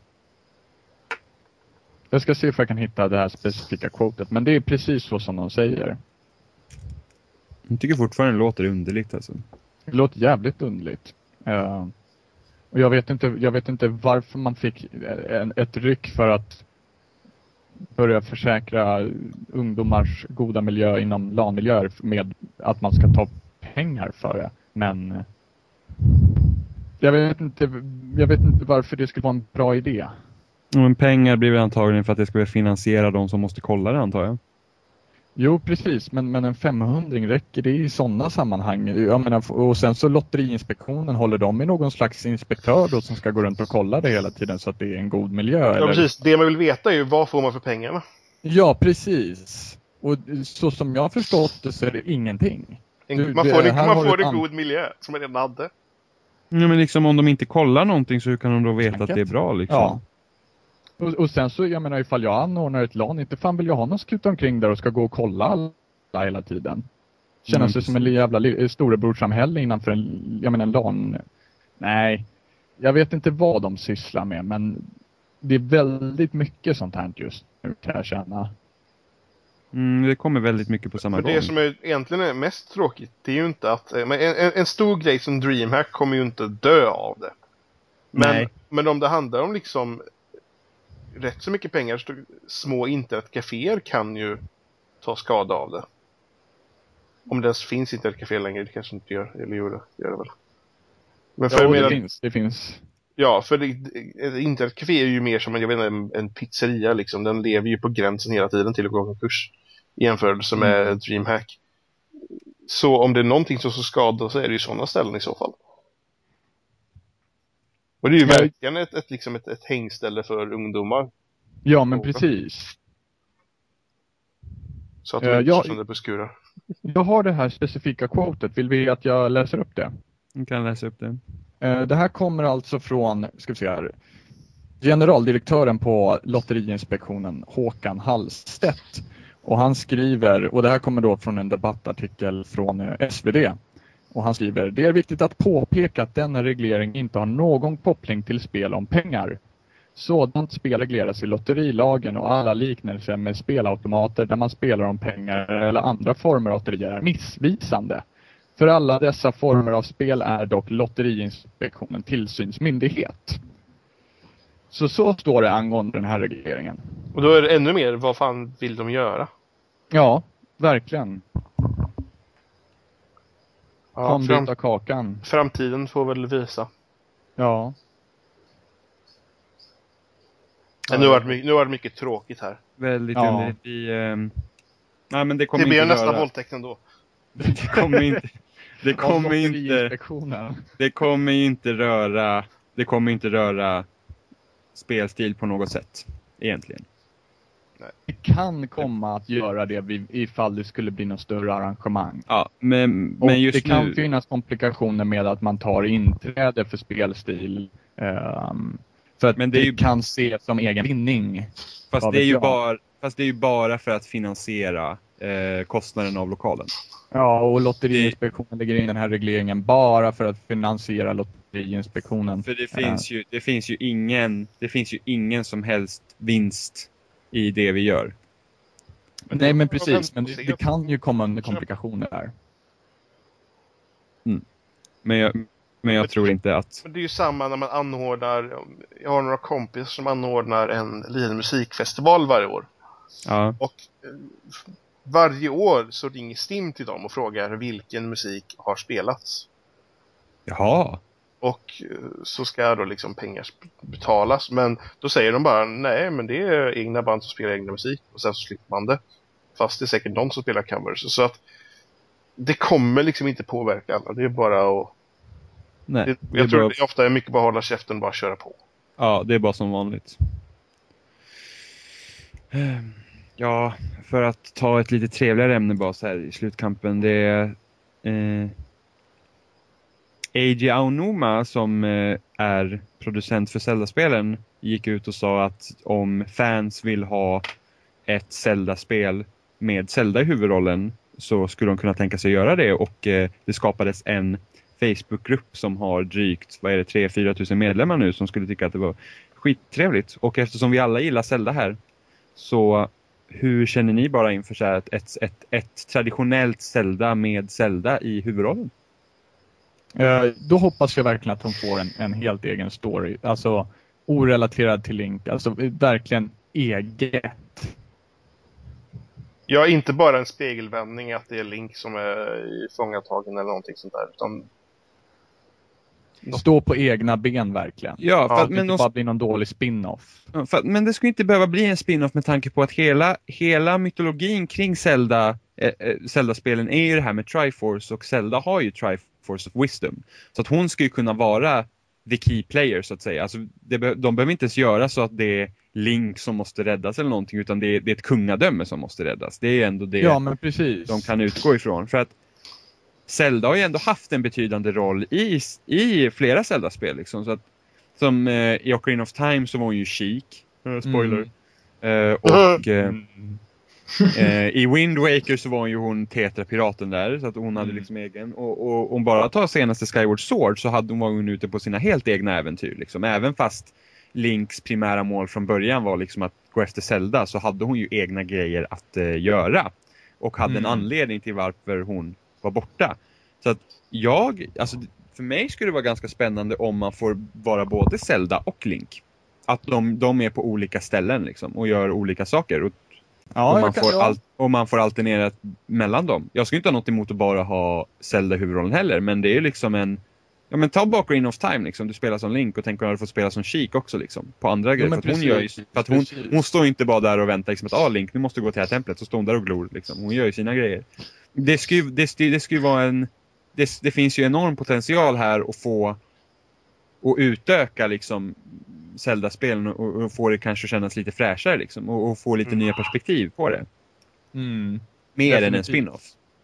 Jag ska se if jag kan hitta det här specifika quotet. Men det är precis så som de säger. Jag tycker fortfarande det låter underligt alltså. Det låter jävligt underligt. Och jag vet inte varför man fick ett ryck för att börja försäkra ungdomars goda miljö inom LAN-miljöer med att man ska ta pengar för det. Men jag vet inte varför det skulle vara en bra idé. Men pengar blir väl antagligen för att det ska finansiera de som måste kolla det, antar jag. Jo, precis. Men en 500 räcker det i sådana sammanhang. Jag menar, och sen så Lotteriinspektionen, håller de med någon slags inspektör då, som ska gå runt och kolla det hela tiden så att det är en god miljö? Ja, eller? Precis. Det man vill veta är ju vad får man för pengarna? Ja, precis. Och så som jag har förstått det så är det ingenting. Man får en god miljö som man redan hade. Ja, men liksom om de inte kollar någonting så hur kan de då veta att det är bra liksom? Ja. Och sen så, jag menar, ifall jag anordnar ett LAN, inte fan vill jag ha någon skut omkring där och ska gå och kolla alla hela tiden. Känner sig som en jävla storebrorsamhälle innanför en LAN. Nej, jag vet inte vad de sysslar med, men det är väldigt mycket sånt här just nu, kan jag känna. Det kommer väldigt mycket på samma gång. Det som egentligen är mest tråkigt, det är ju inte att en stor grej som DreamHack kommer ju inte dö av det. Men om det handlar om liksom rätt så mycket pengar, så små internetcaféer kan ju ta skada av det. Om det ens finns internetcafé längre, det kanske inte gör, eller gör det väl. Men för det finns. Ja, för ett internetcafé är ju mer som en pizzeria liksom. Den lever ju på gränsen hela tiden till att gå konkurs i jämförelse med DreamHack. Så om det är någonting som så skadar så är det ju sådana ställen i så fall. Och det är ju verkligen ett hängställe för ungdomar. Ja, men precis. Så att de inte sönder beskurar. Jag har det här specifika quotet. Vill vi att jag läser upp det? Du kan läsa upp det. Det här kommer alltså från, ska vi se här, generaldirektören på Lotteriinspektionen, Håkan Hallstedt. Och han skriver, och det här kommer då från en debattartikel från SvD. Och han skriver, det är viktigt att påpeka att denna reglering inte har någon koppling till spel om pengar. Sådant spel regleras i lotterilagen och alla liknelser med spelautomater där man spelar om pengar eller andra former av lotterier är missvisande. För alla dessa former av spel är dock Lotteriinspektionen tillsynsmyndighet. Så står det angående den här regleringen. Och då är det ännu mer, vad fan vill de göra? Ja, verkligen. Ja, kakan. Framtiden får väl visa. Ja. Nu har det mycket tråkigt här. Väldigt underligt. Nej, men det kommer det blir inte nästa våldtäkt ändå. Det kommer inte röra spelstil på något sätt egentligen. Det kan komma att göra det ifall det skulle bli något större arrangemang. Ja, men just det kan nu... finnas komplikationer med att man tar inträde för spelstil. För att Men det kan ses som egen vinning. Fast det är ju bara för att finansiera kostnaden av lokalen. Ja, och Lotteriinspektionen lägger in den här regleringen bara för att finansiera Lotteriinspektionen. För det finns ju ingen som helst vinst i det vi gör. Nej, men precis. Men det kan ju komma under komplikationer där. Men jag tror inte att... Men det är ju samma när man anordnar... Jag har några kompisar som anordnar en liten musikfestival varje år. Ja. Och varje år så ringer Stim till dem och frågar vilken musik har spelats. Jaha. Och så ska då liksom pengar betalas. Men då säger de bara, nej men det är egna band som spelar egna musik. Och sen så slipper man det. Fast det är säkert någon som spelar covers. Så att det kommer liksom inte påverka alla. Det är bara att... Nej, jag tror det ofta är mycket bara hålla käften och bara köra på. Ja, det är bara som vanligt. Ja, för att ta ett lite trevligare ämne bara så här i slutkampen. Det är Eiji Aonuma som är producent för Zelda-spelen gick ut och sa att om fans vill ha ett Zelda-spel med Zelda i huvudrollen så skulle de kunna tänka sig göra det. Och det skapades en Facebookgrupp som har drygt 3-4 tusen medlemmar nu som skulle tycka att det var skittrevligt. Och eftersom vi alla gillar Zelda här, så hur känner ni bara inför så här ett traditionellt Zelda med Zelda i huvudrollen? Då hoppas jag verkligen att de får en helt egen story. Alltså orelaterad till Link. Alltså verkligen eget. Ja, inte bara en spegelvändning att det är Link som är fångatagen eller någonting sånt där. Utan... Stå på egna ben verkligen. Ja, för att, men inte bara bli någon dålig spin-off. Men det skulle inte behöva bli en spin-off med tanke på att hela mytologin kring Zelda-spelen är ju det här med Triforce, och Zelda har ju Triforce of Wisdom. Så att hon skulle kunna vara the key player så att säga. Alltså, de behöver inte ens göra så att det är Link som måste räddas eller någonting, utan det är ett kungadöme som måste räddas. Det är ändå det men precis. De kan utgå ifrån. För att Zelda har ju ändå haft en betydande roll i flera Zelda-spel liksom. Så att, som i Ocarina of Time så var hon ju Sheik. Spoiler. I Wind Waker så var ju hon Tetra-piraten där. Så att hon hade liksom egen. Och om bara tar senaste Skyward Sword så var hon ute på sina helt egna äventyr. Liksom. Även fast Links primära mål från början var liksom att gå efter Zelda, så hade hon ju egna grejer att göra. Och hade en anledning till varför hon var borta. Så att för mig skulle det vara ganska spännande om man får vara både Zelda och Link. Att de är på olika ställen liksom, och gör olika saker. Och man får alternera mellan dem. Jag skulle inte ha något emot att bara ha Zelda i huvudrollen heller, men det är ju liksom ta Ocarina of Time liksom. Du spelar som Link och tänker att du får spela som Sheik också liksom, på andra grejer. För att hon står inte bara där och väntar liksom att Link, nu måste du gå till det här templet, så står hon där och glor liksom. Hon gör ju sina grejer. Det skulle vara det finns ju enorm potential här att få och utöka liksom Zelda-spelen och få det kanske kännas lite fräschare liksom, och få lite nya perspektiv på det. Mer än en spin-off.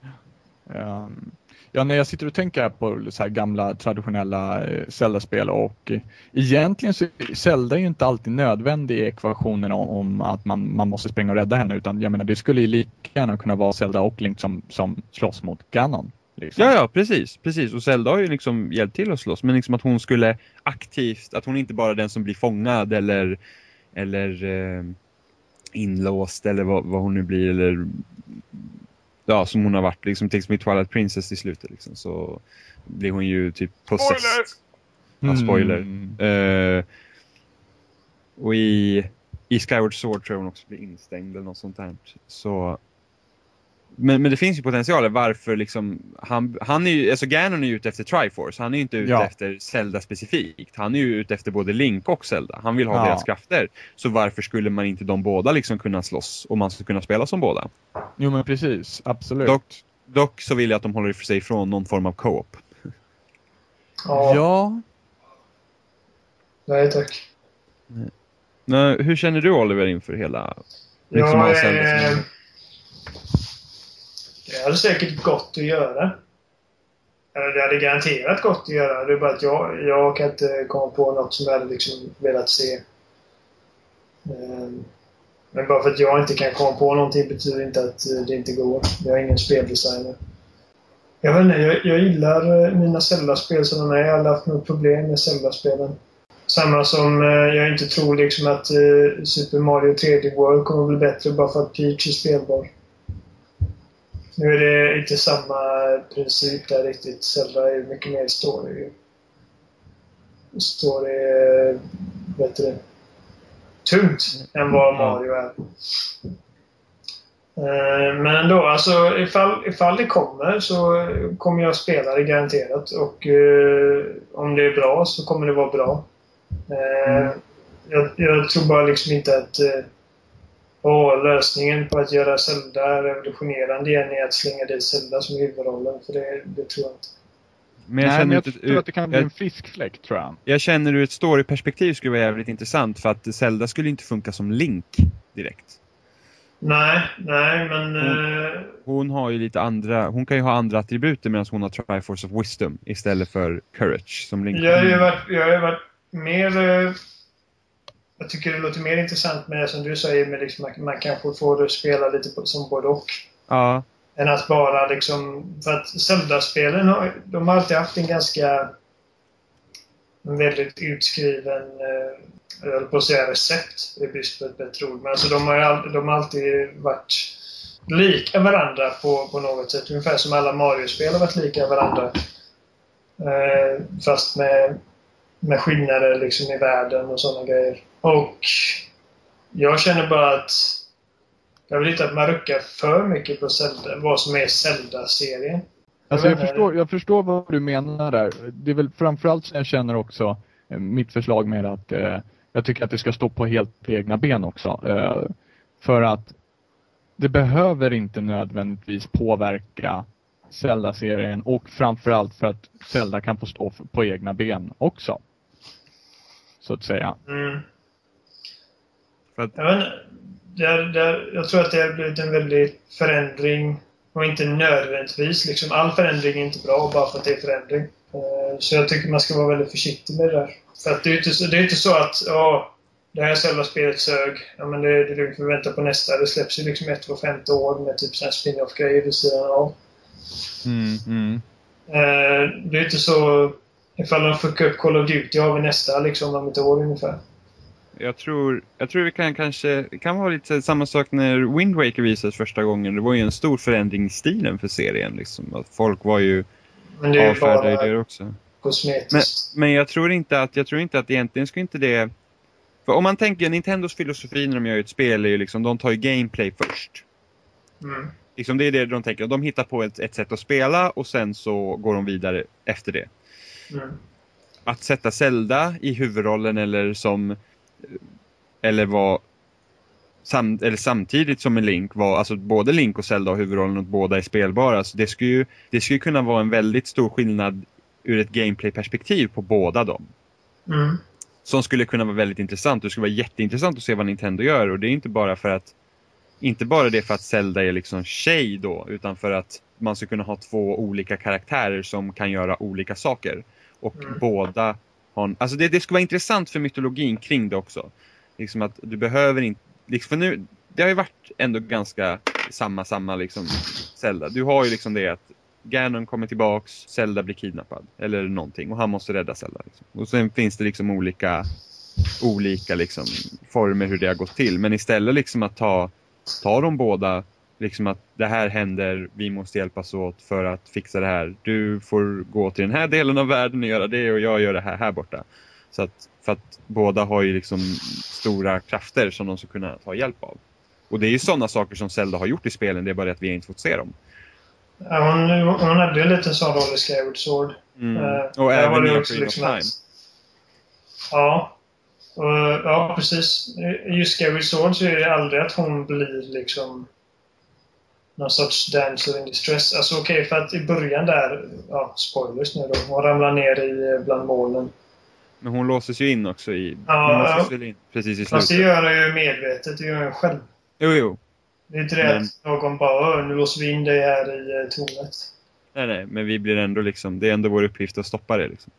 Ja, när jag sitter och tänker på så här gamla traditionella Zelda-spel, och egentligen så Zelda är ju inte alltid nödvändig i ekvationen om att man måste springa och rädda henne, utan jag menar det skulle ju lika gärna kunna vara Zelda och Link som slåss mot Ganon. Liksom. Ja, precis. Och Zelda har ju liksom hjälpt till att slåss, men liksom att hon skulle aktivt, att hon inte bara är den som blir fångad eller inlåst eller vad hon nu blir, eller som hon har varit liksom, till exempel i Twilight Princess i slutet liksom, så blir hon ju typ possessed. Spoiler. Och i Skyward Sword tror jag hon också blir instängd eller något sånt där. Så men det finns ju potential. Varför liksom han är ju, alltså Ganon är ju ute efter Triforce. Han är ju inte ute efter Zelda specifikt. Han är ju ute efter både Link och Zelda. Han vill ha deras krafter. Så varför skulle man inte de båda liksom kunna slåss och man skulle kunna spela som båda? Jo, men precis, absolut. Dock så vill jag att de håller sig ifrån någon form av co-op. Ja. Nej, tack. Nej, hur känner du, Oliver, inför hela Det hade säkert gått att göra. Eller det hade garanterat gått att göra. Det är bara att jag kan inte komma på något som jag hade liksom velat se. Men bara för att jag inte kan komma på någonting betyder inte att det inte går. Jag är ingen speldesigner. Jag vet inte, jag gillar mina Zelda-spel som de är. Jag har aldrig haft något problem med Zelda-spelen. Samma som jag inte tror liksom att Super Mario 3D World kommer att bli bättre bara för att Peach är spelbar. Nu är det inte samma princip där riktigt. Zelda är mycket mer story. Vet du det? Tungt än vad Mario är. Men ändå, alltså ifall det kommer så kommer jag spela det garanterat. Och om det är bra så kommer det vara bra. Jag tror bara liksom inte att lösningen på att göra Zelda revolutionerande igen är att slänga det Zelda som huvudrollen. För det tror jag inte. Men jag tror att det kan bli en frisk fläck, tror jag. Jag känner ur ett storyperspektiv skulle vara jävligt intressant. För att Zelda skulle inte funka som Link direkt. Nej, men... Hon har ju lite andra... Hon kan ju ha andra attributer medan hon har Triforce of Wisdom istället för Courage som Link. Jag har varit mer... Jag tycker det låter mer intressant med det som du säger. Med liksom, man kanske får spela lite som både och. Ja. Än att bara liksom... För att Zelda-spelen de har alltid haft en väldigt utskriven... Jag höll på att säga recept. Det är brist på ett bättre ord. Men alltså de har alltid varit lika varandra på något sätt. Ungefär som alla Mario-spel har varit lika varandra. Fast med skillnader liksom i världen och sådana grejer. Och jag känner bara att jag vill inte att man ruckar för mycket på Zelda, vad som är Zelda-serien. Alltså jag förstår vad du menar där. Det är väl framförallt som jag känner också mitt förslag med att jag tycker att det ska stå på helt egna ben också. För att det behöver inte nödvändigtvis påverka Zelda-serien. Och framförallt för att Zelda kan få stå på egna ben också. Så att säga. För att... Jag tror att det har blivit en väldig förändring. Och inte nödvändigtvis. Liksom, all förändring är inte bra bara för att det är förändring. Så jag tycker man ska vara väldigt försiktig med det där. För att det är inte så att det här Zelda-spelet sög. Ja, men det är lugnt, vi väntar på nästa. Det släpps ju liksom 1-5 år med typ sån spin-off-grejer vid sidan av. Det är inte så... Ifall de fuckar upp Call of Duty har vi nästa liksom om ett år ungefär. Jag tror vi kan vara lite samma sak när Wind Waker visades första gången. Det var ju en stor förändring i stilen för serien liksom. Att folk var ju avfärdade i det också. Kosmetiskt. Men jag tror inte att egentligen ska inte det... För om man tänker Nintendos filosofi när de gör ett spel är ju liksom, de tar ju gameplay först. Liksom det är det de tänker. De hittar på ett sätt att spela och sen så går de vidare efter det. Att sätta Zelda i huvudrollen eller samtidigt som en Link var, alltså både Link och Zelda har huvudrollen och båda är spelbara, så det skulle kunna vara en väldigt stor skillnad ur ett gameplay-perspektiv på båda dem. Som skulle kunna vara väldigt intressant. Det skulle vara jätteintressant att se vad Nintendo gör, och det är inte bara det för att Zelda är liksom tjej då, utan för att man ska kunna ha två olika karaktärer som kan göra olika saker. Och båda har... Alltså det skulle vara intressant för mytologin kring det också. Liksom att du behöver inte... Liksom för nu, det har ju varit ändå ganska samma liksom Zelda. Du har ju liksom det att Ganon kommer tillbaks, Zelda blir kidnappad. Eller någonting. Och han måste rädda Zelda. Liksom. Och sen finns det liksom olika liksom former hur det har gått till. Men istället liksom att ta de båda... Liksom att det här händer, vi måste hjälpas åt för att fixa det här. Du får gå till den här delen av världen och göra det, och jag gör det här borta. Så att, för att båda har ju liksom stora krafter som de ska kunna ta hjälp av. Och det är ju sådana saker som Zelda har gjort i spelen, det är bara det att vi inte fått se dem. Ja, hon hade ju en liten sån roll i Skyward Sword. Och även i Ocarina of Time. Ja, precis. Just Skyward Sword så är det aldrig att hon blir liksom någon sorts damsel in distress. Alltså okej, för att i början där, spoilers nu då, hon ramlar ner bland molnen. Men hon låses ju in också precis i slutet. Fast det gör hon ju medvetet, det gör hon själv. Jo. Det är inte det att någon bara, nu låser vi in dig här i tornet. Nej, men vi blir ändå liksom, det är ändå vår uppgift att stoppa det liksom.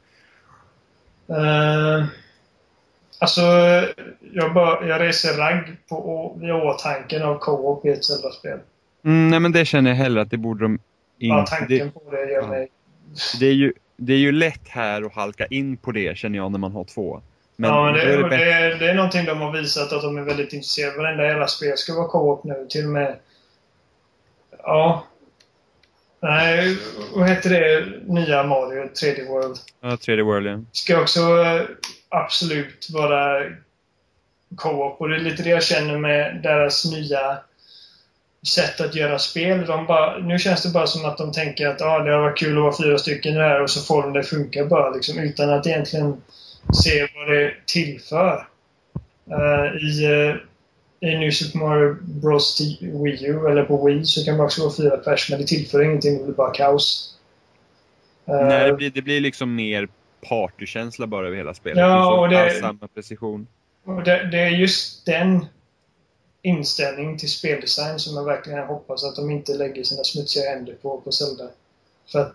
Alltså, jag reser ragg på tanken av co-op i ett Zelda-spel. Nej, men det känner jag heller att det borde de inte. Bara tanken på det gör mig... Det är ju lätt här att halka in på det, känner jag, när man har 2. Men det är någonting de har visat att de är väldigt intresserade. Varenda jävla spel ska vara co-op nu. Till och med... Ja. Nej, vad heter det? Nya Mario, 3D World. Ja, 3D World, ja. Ska också absolut vara co-op. Och det är lite det jag känner med deras nya sätt att göra spel. Nu känns det bara som att de tänker att det har varit kul att vara 4 stycken där och så får de det funka bara liksom, utan att egentligen se vad det tillför. I New Super Mario Bros. Wii U eller på Wii så kan man också vara 4 pers, men det tillför ingenting, det blir bara kaos. Nej, det blir liksom mer partykänsla bara över hela spelet. Ja, och det samma precision. Och det är just den inställning till speldesign som jag verkligen hoppas att de inte lägger sina smutsiga händer på Zelda. För att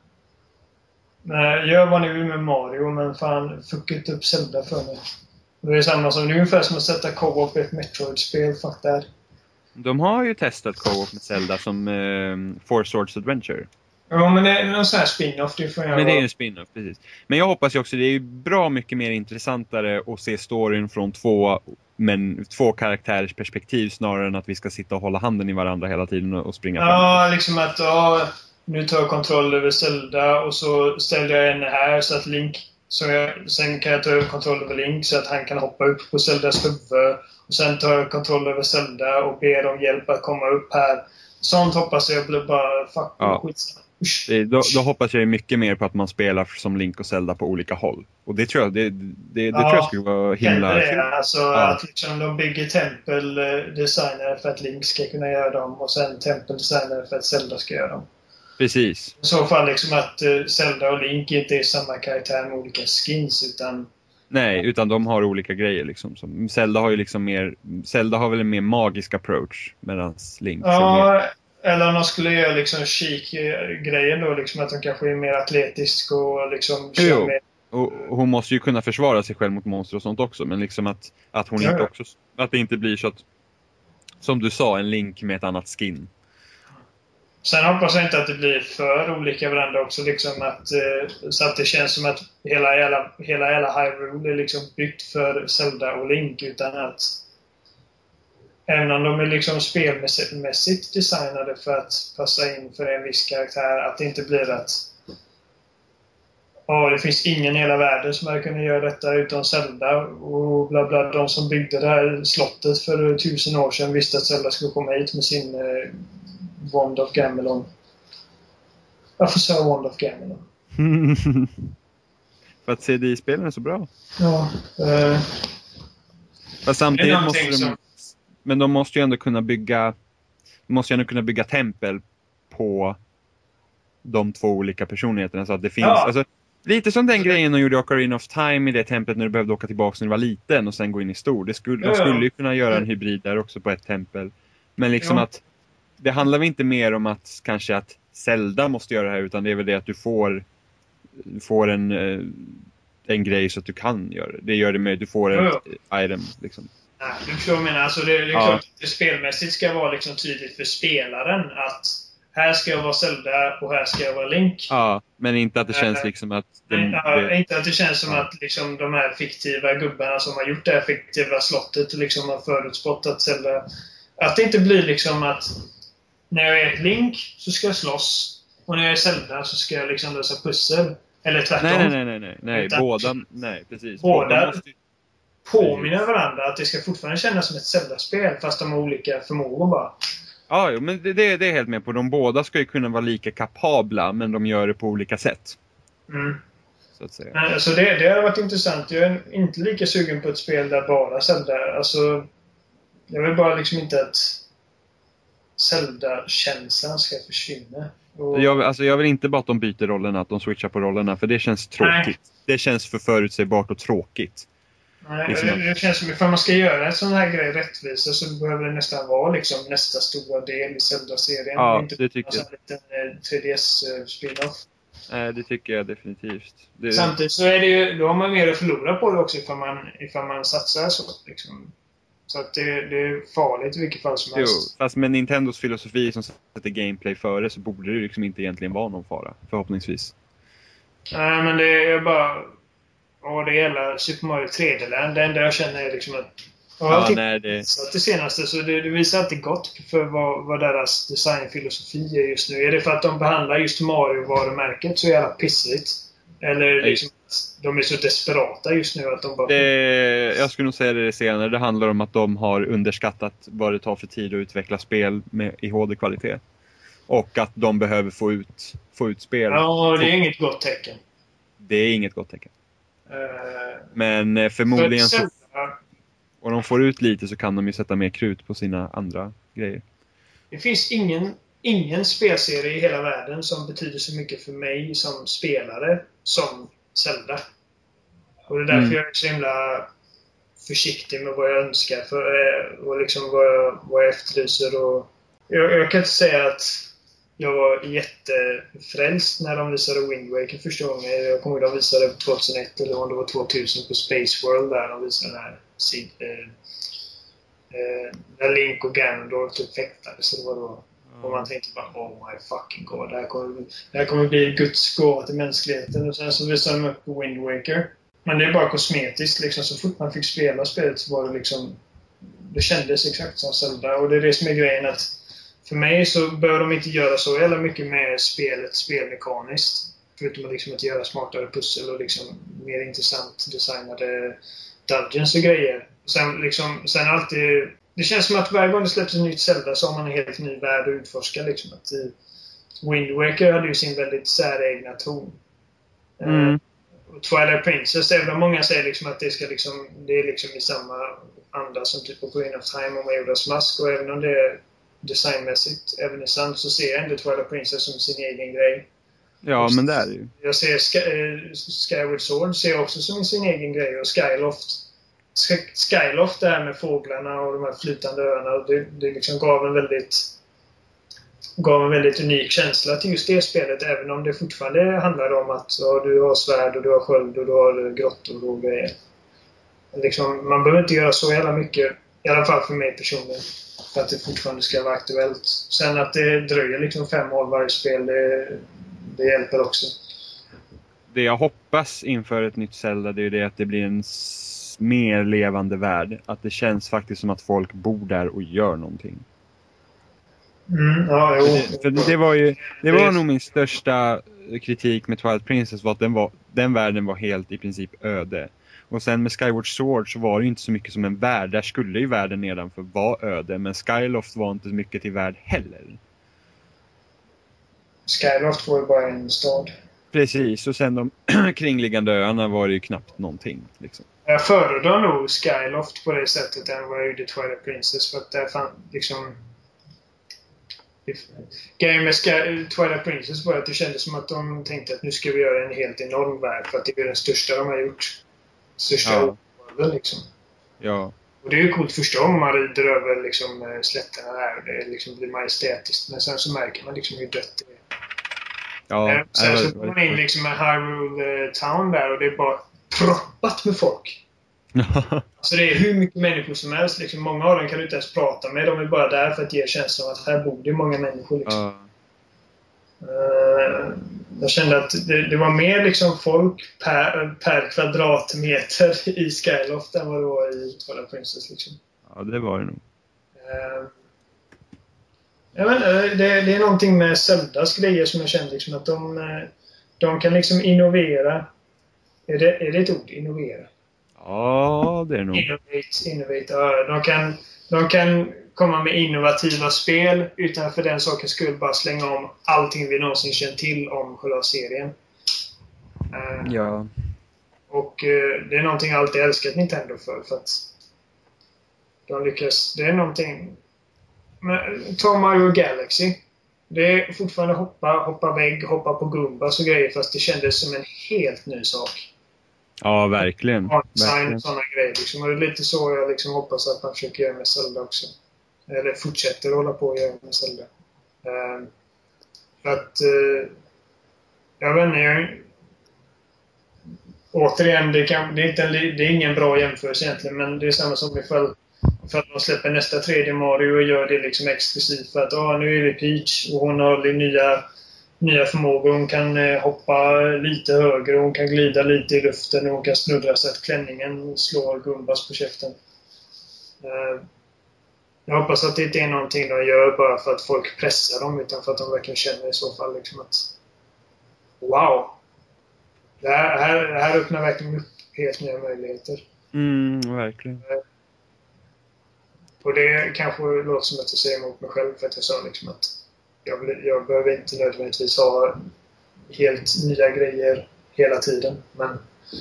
gör vad ni vill med Mario, men fan, fuck inte upp Zelda för mig. Det är samma som, det är ungefär som att sätta co-op i ett Metroid-spel, fuck där. De har ju testat co-op med Zelda som Four Swords Adventure. Ja, men det är någon sån här spin-off. Men det är en spin-off, precis. Men jag hoppas ju också, det är ju bra mycket mer intressantare att se storyn från två karaktärers perspektiv snarare än att vi ska sitta och hålla handen i varandra hela tiden och springa fram. Ja, liksom att nu tar jag kontroll över Zelda och så ställer jag henne här så att Link... sen kan jag ta över kontroll över Link så att han kan hoppa upp på Zeldas huvud. Och sen tar jag kontroll över Zelda och ber om hjälp att komma upp här. Sånt hoppas jag blir bara skitsnabb. Då hoppas jag mycket mer på att man spelar som Link och Zelda på olika håll. Och det tror jag, det tror jag skulle vara himla kul. Alltså att liksom de bygger tempeldesigner för att Link ska kunna göra dem och sen tempeldesigner för att Zelda ska göra dem. Precis. I så fall liksom att Zelda och Link inte är samma karaktär med olika skins utan... Nej, utan de har olika grejer liksom. Zelda har ju liksom Zelda har väl en mer magisk approach medan Link eller om de skulle göra liksom chic-grejen då, liksom att de kanske är mer atletisk och liksom... Och hon måste ju kunna försvara sig själv mot monster och sånt också, men liksom att hon inte också... Att det inte blir så att, som du sa, en Link med ett annat skin. Sen hoppas jag inte att det blir för olika varandra också, liksom att, så att det känns som att hela Hyrule är liksom byggt för Zelda och Link, utan att även om de är liksom spelmässigt designade för att passa in för en viss karaktär, att det inte blir att det finns ingen i hela världen som hade kunnat göra detta utan Zelda och bla bla. De som byggde det här slottet för 1000 år sedan visste att Zelda skulle komma hit med sin Wand of Gamelon. Varför sa jag Wand of Gamelon? För att CDI-spelen är så bra. Ja. Fast samtidigt men de måste ju ändå kunna bygga tempel på de 2 olika personligheterna så att det finns alltså, lite som den grejen de gjorde i Ocarina of Time i det templet när du behövde åka tillbaka när du var liten och sen gå in i stor. De skulle ju kunna göra en hybrid där också på ett tempel. Men liksom att det handlar väl inte mer om att kanske att Zelda måste göra det här, utan det är väl det att du får en grej så att du kan göra det. Det gör det med du får ett item liksom. Nej, du förstår vad jag menar. Alltså det är klart att det spelmässigt ska vara liksom tydligt för spelaren att här ska jag vara Zelda och här ska jag vara Link. Ja, men inte att det känns liksom att... inte att det känns som att liksom de här fiktiva gubbarna som har gjort det här fiktiva slottet liksom har förutspått att Zelda... Att det inte blir liksom att när jag är Link så ska jag slåss och när jag är Zelda så ska jag liksom lösa pussel. Eller tvärtom. Nej. Nej, precis. Båda måste påminna varandra att det ska fortfarande kännas som ett Zelda-spel fast de har olika förmågor bara. Ja, men det är helt med på. De båda ska ju kunna vara lika kapabla, men de gör det på olika sätt. Så att säga. Alltså det har varit intressant. Jag är inte lika sugen på ett spel där bara Zelda. Alltså, jag vill bara liksom inte att Zelda-känslan ska försvinna. Jag vill inte bara att de byter rollerna, att de switchar på rollerna, för det känns tråkigt. Nej. Det känns för förutsägbart och tråkigt. Det känns som att om man ska göra en sån här grej rättvisa så behöver det nästan vara liksom nästa stora del i Zelda-serien. Ja, inte det tycker jag. En liten 3DS-spin-off. Det tycker jag definitivt. Samtidigt så är det ju, då har man mer att förlora på det också ifall man satsar så. Liksom. Så att det är farligt i vilket fall som helst. Fast med Nintendos filosofi som sätter gameplay före så borde det liksom inte egentligen vara någon fara, förhoppningsvis. Nej, men det är bara... Och det gäller Super Mario 3D-land. Det enda jag känner är liksom att... Det senaste, så det visar inte gott för vad deras designfilosofi är just nu. Är det för att de behandlar just Mario-varumärket så jävla pissigt? Eller liksom de är så desperata just nu att de bara... Jag skulle nog säga det senare. Det handlar om att de har underskattat vad det tar för tid att utveckla spel i HD-kvalitet. Och att de behöver få ut spel. Ja, det är inget gott tecken. Det är inget gott tecken. Men förmodligen så... Och de får ut lite så kan de ju sätta mer krut på sina andra grejer. Det finns ingen spelserie i hela världen som betyder så mycket för mig som spelare som Zelda. Och det är därför jag är så himla försiktig med vad jag önskar och liksom vad jag efterlyser. Och jag kan inte säga att jag var jättefrälst när de visade Wind Waker första gången. Jag kommer ihåg att de visade 2001 eller om det var 2000 på Space World där de visade den här när Link och Ganondorf typ fäktade. Så det var då och man tänkte bara, oh my fucking god, det här kommer bli Guds gåva till mänskligheten. Och sen så visade de upp på Wind Waker. Men det är bara kosmetiskt liksom. Så fort man fick spela spelet så var det liksom, det kändes exakt som Zelda. Och det är det som är grejen, att för mig så bör de inte göra så jävla mycket med spelmekaniskt. Förutom att liksom att göra smartare pussel och liksom mer intressant designade dungeons och grejer. Sen alltid... Det känns som att varje gång det släpps ett nytt Zelda så har man en helt ny värld att utforska. Liksom. Att Wind Waker hade ju sin väldigt säregna ton. Och Twilight Princess, även om många säger liksom att det är liksom i samma anda som typ på Green of Time och Majora's Mask. Och även om det är designmässigt även i sant så ser jag ändå Twilight Princess som sin egen grej. Ja, men det är det ju. Jag ser Skyward Sword ser jag också som sin egen grej. Och Skyloft där med fåglarna och de här flytande öarna, det liksom gav en väldigt unik känsla till just det spelet, även om det fortfarande handlar om att du har svärd och du har sköld och du har grottor och grejer. Liksom, man behöver inte göra så jävla mycket, i alla fall för mig personligen, för att det fortfarande ska vara aktuellt. Sen att det dröjer liksom 5 år varje spel, det hjälper också. Det jag hoppas inför ett nytt Zelda, det är det att det blir en mer levande värld. Att det känns faktiskt som att folk bor där och gör någonting. Det var nog min största kritik med Twilight Princess, var att den världen var helt i princip öde. Och sen med Skyward Sword så var det inte så mycket som en värld. Där skulle ju världen nedanför vara öde, men Skyloft var inte så mycket till värld heller. Skyloft var ju bara en stad. Precis, och sen de kringliggande öarna var det ju knappt någonting liksom. Jag föredrar nog Skyloft på det sättet än vad jag gjorde Twilight Princess, för att det fan liksom... Grejen med Twilight Princess var att det kändes som att de tänkte att nu ska vi göra en helt enorm värld, för att det är den största de har gjort. Största världen liksom. Ja. Och det är ju coolt första gången man rider över liksom slätterna där och det liksom blir majestätiskt, men sen så märker man liksom hur dött det är. Ja, sen så går man in liksom med Hyrule Town där och det är bara proppat med folk. Så det är hur mycket människor som helst liksom. Många av dem kan du inte ens prata med. De är bara där för att ge känslan att här bor det många människor liksom. Jag kände att det var mer liksom folk per kvadratmeter i Skyloft än vad det var i Twilight Princess liksom. Ja, det var det nog. Det är någonting med Zeldas grejer som jag kände liksom, att de kan liksom innovera. Är det ett ord? Innovera? Ja, det är nog. Innovate. De kan komma med innovativa spel utan för den sakens skull bara slänga om allting vi någonsin känt till om själva serien. Ja. Och det är någonting jag alltid älskat Nintendo för att de lyckas. Det är någonting... Ta Mario Galaxy. Det är fortfarande hoppa vägg, hoppa på Goombas och grejer, fast det kändes som en helt ny sak. Ja, verkligen. Verkligen. Sådana grejer. Liksom. Och det är lite så jag liksom hoppas att man försöker göra med Zelda också. Eller fortsätter hålla på att göra med Zelda. För att... jag vet inte, återigen, det är ingen bra jämförelse egentligen, men det är samma som ifall de släpper nästa 3D Mario och gör det liksom exklusivt för att nu är det Peach och hon har nya förmågor. Hon kan hoppa lite högre, hon kan glida lite i luften och hon kan snurra så att klänningen slår Gumbas på käften. Jag hoppas att det inte är någonting de gör bara för att folk pressar dem, utan för att de verkligen känner i så fall liksom att wow! Det här öppnar verkligen upp helt nya möjligheter. Verkligen. Och det kanske låter som att jag säger emot mig själv, för att jag sa liksom att jag behöver inte nödvändigtvis ha helt nya grejer hela tiden. Men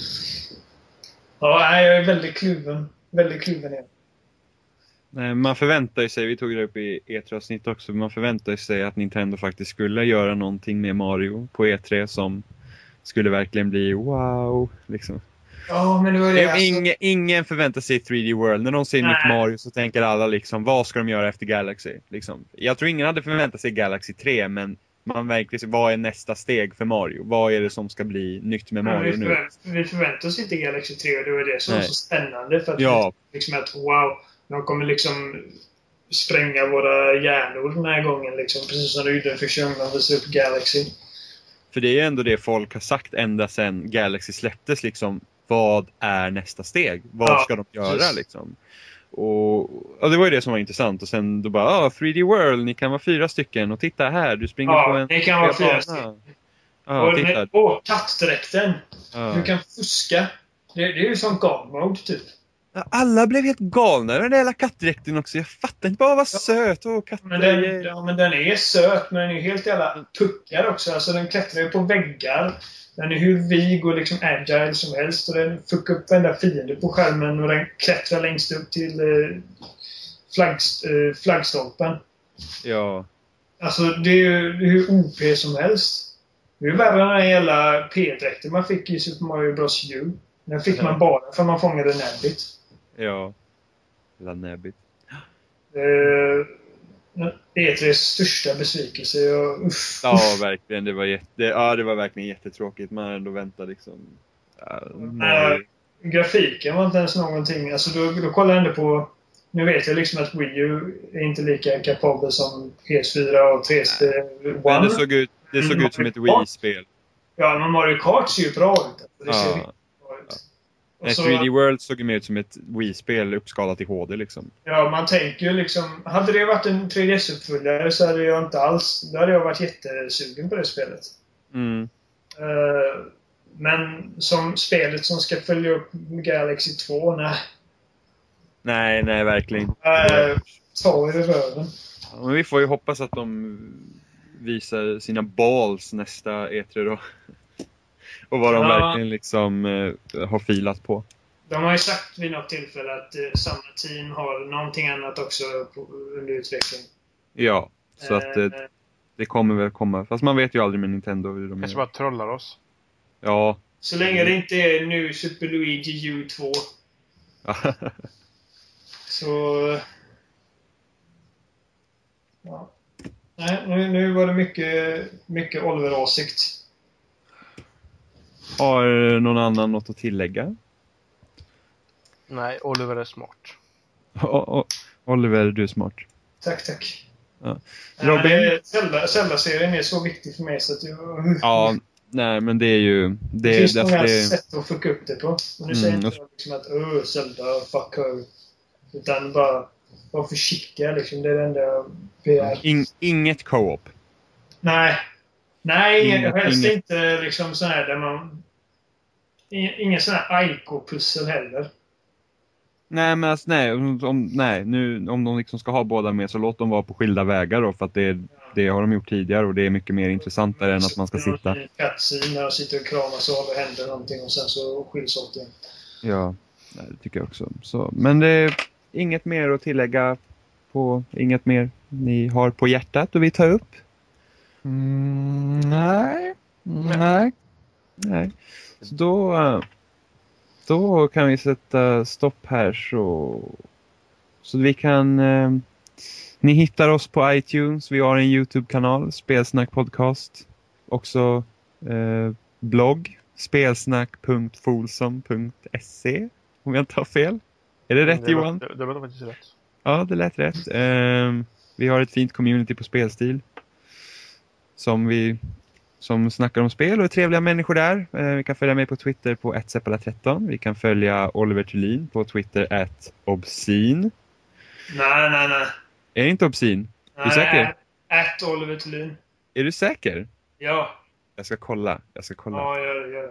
ja, jag är väldigt kluven. Väldigt kluven igen. Nej, man förväntar sig, vi tog det upp i E3-avsnitt också, man förväntar sig att Nintendo faktiskt skulle göra någonting med Mario på E3 som skulle verkligen bli wow, liksom. Ja, men det var det. Ingen förväntar sig 3D World. När de ser nytt Mario så tänker alla liksom, vad ska de göra efter Galaxy? Liksom. Jag tror ingen hade förväntat sig Galaxy 3, men man verkligen, vad är nästa steg för Mario? Vad är det som ska bli nytt med Mario nu? Vi förväntar oss inte Galaxy 3, och det var det som var så spännande. För att liksom att wow, de kommer liksom spränga våra hjärnor den här gången. Liksom, precis som de gjorde första gången de visade upp Galaxy. För det är ändå det folk har sagt ända sedan Galaxy släpptes liksom. Vad är nästa steg? Vad ska de göra liksom? Och det var ju det som var intressant. Och sen då bara, 3D World, ni kan vara 4 stycken. Och titta här, du springer på en... ni kan vara 4 stycken. Och kattdräkten. Du kan fuska. Det är ju som God Mode typ. Alla blev helt galna den där jävla kattdräkten också. Jag fattar inte bara vad söt och katten. Men den är söt, men den är helt jävla puckad också. Alltså den klättrar ju på väggar. Den är hur vig och liksom agile som helst. Och den fuckar upp varenda fiende på skärmen. Och den klättrar längst upp till flaggstolpen. Ja. Alltså det är ju hur OP som helst. Det är ju värre än den jävla P-dräkten man fick i Super Mario Bros. U. Den fick man bara för man fångade Nabbit. Ja. Eller Nabbit. E3s största besvikelse. Ja, verkligen. Det var verkligen jättetråkigt. Man ändå väntade liksom. Grafiken var inte ens någonting. Alltså då kollade jag ändå på... Nu vet jag liksom att Wii U är inte lika kapabel som PS4 och 3D One. Men det såg ut som ett Wii-spel. Ja, men Mario Kart ser ju bra ut. Det ser bra ut. Nej, 3D World såg ju ut som ett Wii-spel uppskalat i HD liksom. Ja, man tänker ju liksom... Hade det varit en 3DS-uppföljare så hade jag inte alls... Då hade jag varit jättesugen på det spelet. Men som spelet som ska följa upp Galaxy 2, nej, verkligen. Ta i röven. Ja, men vi får ju hoppas att de visar sina balls nästa E3 då. Och vad de verkligen liksom har filat på. De har ju sagt vid något tillfälle att samma team har någonting annat också under utveckling. Ja, så att det kommer väl komma. Fast man vet ju aldrig med Nintendo hur de kanske bara trollar oss. Ja. Så länge det inte är nu Super Luigi U2. Så... Ja. Nej, nu var det mycket Oliver-åsikt. Har någon annan något att tillägga? Nej, Oliver är smart. Oliver, du är smart. Tack. Ja. Robin? Zelda-serien är så viktig för mig så att jag... Ja, nej men det är ju... Det finns många sätt att fucka upp det på. Men nu säger inte jag liksom att Zelda, fuck her. Utan bara vara försiktiga liksom. Det är det enda jag begär. Inget co-op. Nej, helst inte liksom sån här där man... Ingen sån här Aiko-pussel heller. Nej, men alltså, om de liksom ska ha båda med så låt dem vara på skilda vägar då, för att det har de gjort tidigare och det är mycket mer intressantare än att man ska sitta... Cutscene och sitter och kramas och håller händer någonting och sen så skiljs åt igen. Ja, det tycker jag också. Så, men det är inget mer att tillägga på, inget mer ni har på hjärtat och vi tar upp? Nej. Så då då kan vi sätta stopp här så vi kan... ni hittar oss på iTunes. Vi har en YouTube-kanal, Spelsnack Podcast. Också blogg, spelsnack.folsom.se, om jag inte har fel. Är det rätt, Johan? Det var faktiskt rätt. Ja, det lät rätt. Vi har ett fint community på Spelstil som snackar om spel och är trevliga människor där. Vi kan följa mig på Twitter på @seppala13. Vi kan följa Oliver Thulin på Twitter @obscene. Nej. Är det inte obscene? Är du säker? Oliver Thulin. Är du säker? Ja. Jag ska kolla. Ja, gör det.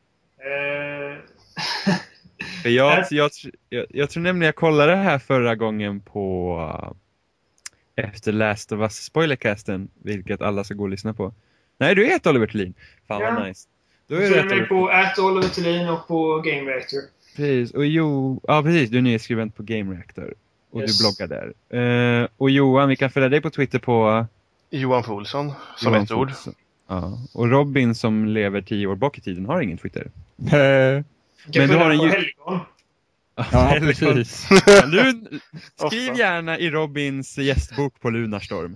För jag tror nämligen jag kollade det här förra gången på efter Last of Us spoilercasten, vilket alla ska gå och lyssna på. Nej, du heter Oliver Thulin. Fan vad nice. Då är du mig på Oliver Thulin och på Game Reactor. Precis, och precis, du är nyhetsskribent på Game Reactor. Och du bloggar där. Och Johan, vi kan följa dig på Twitter på Johan Folsson, som ett ord. Ja. Och Robin som lever 10 år bak i tiden har ingen Twitter. Men du har en helgon. Ja, precis. Skriv gärna i Robins gästbok på Lunarstorm.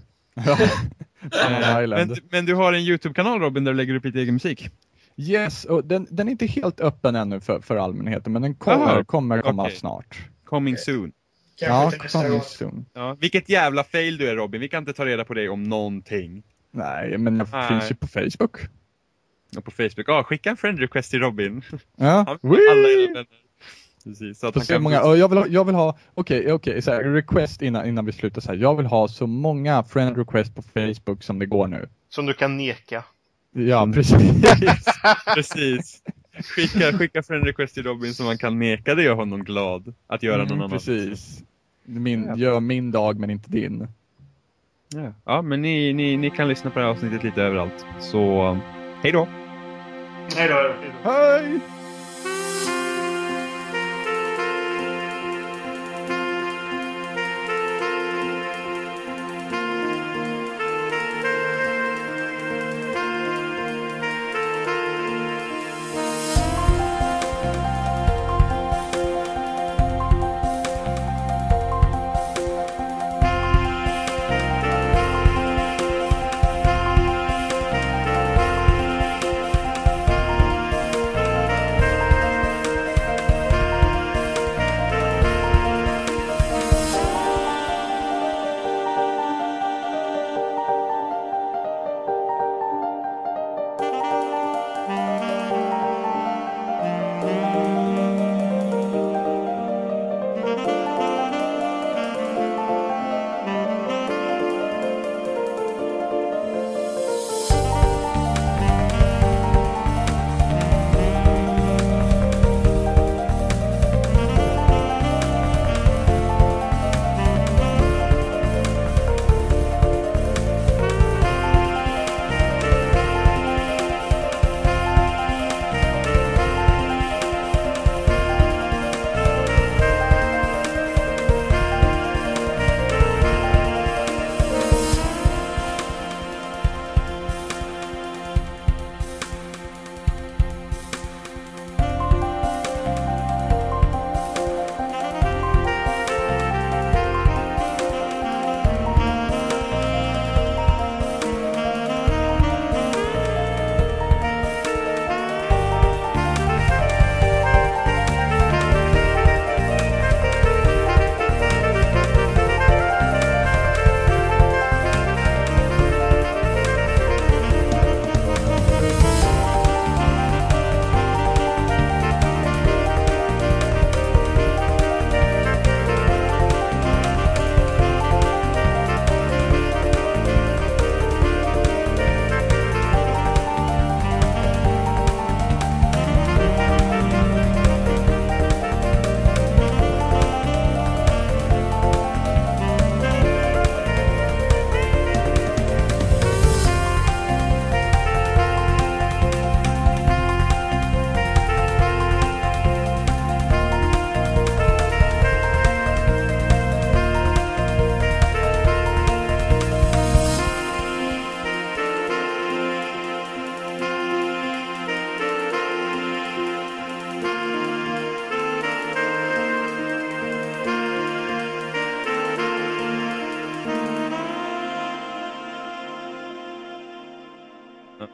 Men du har en YouTube-kanal, Robin, där du lägger upp lite egen musik. Yes, och den är inte helt öppen ännu för allmänheten, men den kommer komma snart. Coming soon. Coming soon. Ja, vilket jävla fail du är, Robin. Vi kan inte ta reda på dig om någonting. Nej, men jag finns ju på Facebook. Ja, på Facebook. Skicka en friend request till Robin. Ja. Alla precis, så att han kan många, jag vill ha okej, så här, request innan vi slutar så här. Jag vill ha så många friend request på Facebook som det går nu. Som du kan neka. Ja, precis. Precis. Skicka friend request till Robin så man kan neka det och honom glad att göra någon annan. Precis. Gör min dag men inte din. Ja, men ni kan lyssna på det här avsnittet lite överallt. Så hej då. Hej!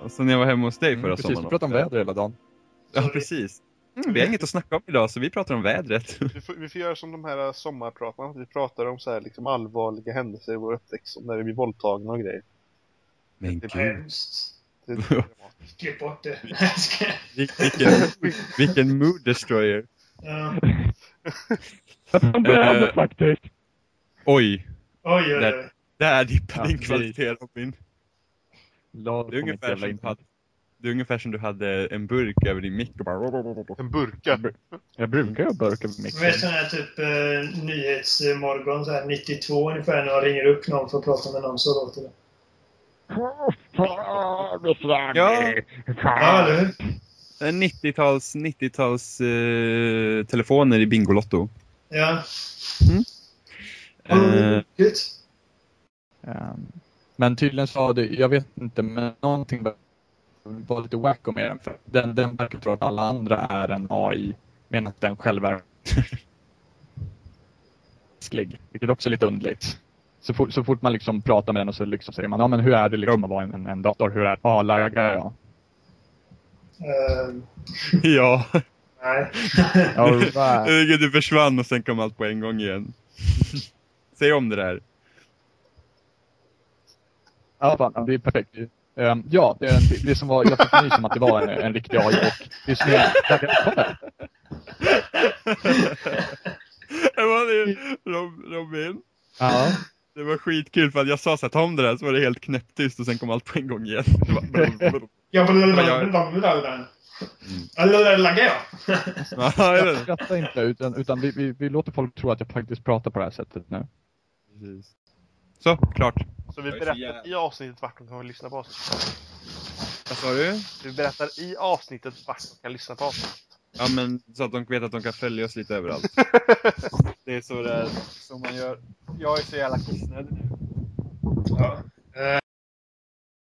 så när jag var hemma hos dig förra precis, sommaren. vi pratar om väder hela dagen. Ja, precis. Vi har inget att snacka om idag, så vi pratar om vädret. Vi får göra som de här sommarpratarna. Vi pratar om så här liksom allvarliga händelser i vår uppväxt. Som när vi blir våldtagna och grejer. Men gud. Hemskt. Klipp bort det. Vilken mood destroyer. Ja. Faktiskt. Oj. Oj. Där dippade din kvalitet, Robin. Det är ungefär som du hade en burk över din mick och bara... En burka. Jag brukar ha burk över micken. Vet sån här typ nyhetsmorgon så här 92 ungefär när man ringer upp någon för att prata med någon, så låter det. Ja. Ja, eller hur? 90-tals telefoner i Bingolotto. Ja. Men tydligen sa det, jag vet inte, men någonting var lite wacko med den. För den verkar tro att alla andra är en AI, men att den själv är vilket också är lite underligt. Så fort man liksom pratar med den och så liksom säger man, ja men hur är det liksom att vara en dator? Hur är det? Ja, laggar jag. Ja. Nej. Du försvann och sen kom allt på en gång igen. Säg om det där. Ja, fan, det är perfekt. Ja, det som var, jag fick nys om att det var en riktig AI och det som jag Det var det, Robin. Ja. Det var skitkul för att jag sa så här, ta om det där, så var det helt knäpptyst och sen kom allt på en gång igen. Jag skrattar inte utan vi låter folk tro att jag faktiskt pratar på det här sättet nu. Precis. Så, klart. Så vi berättar i avsnittet vart de kan lyssna på avsnittet. Vad sa du? Vi berättar i avsnittet vart de kan lyssna på avsnittet. Ja, men så att de vet att de kan följa oss lite överallt. Det är så där som man gör. Jag är så jävla kissnödig nu. Ja.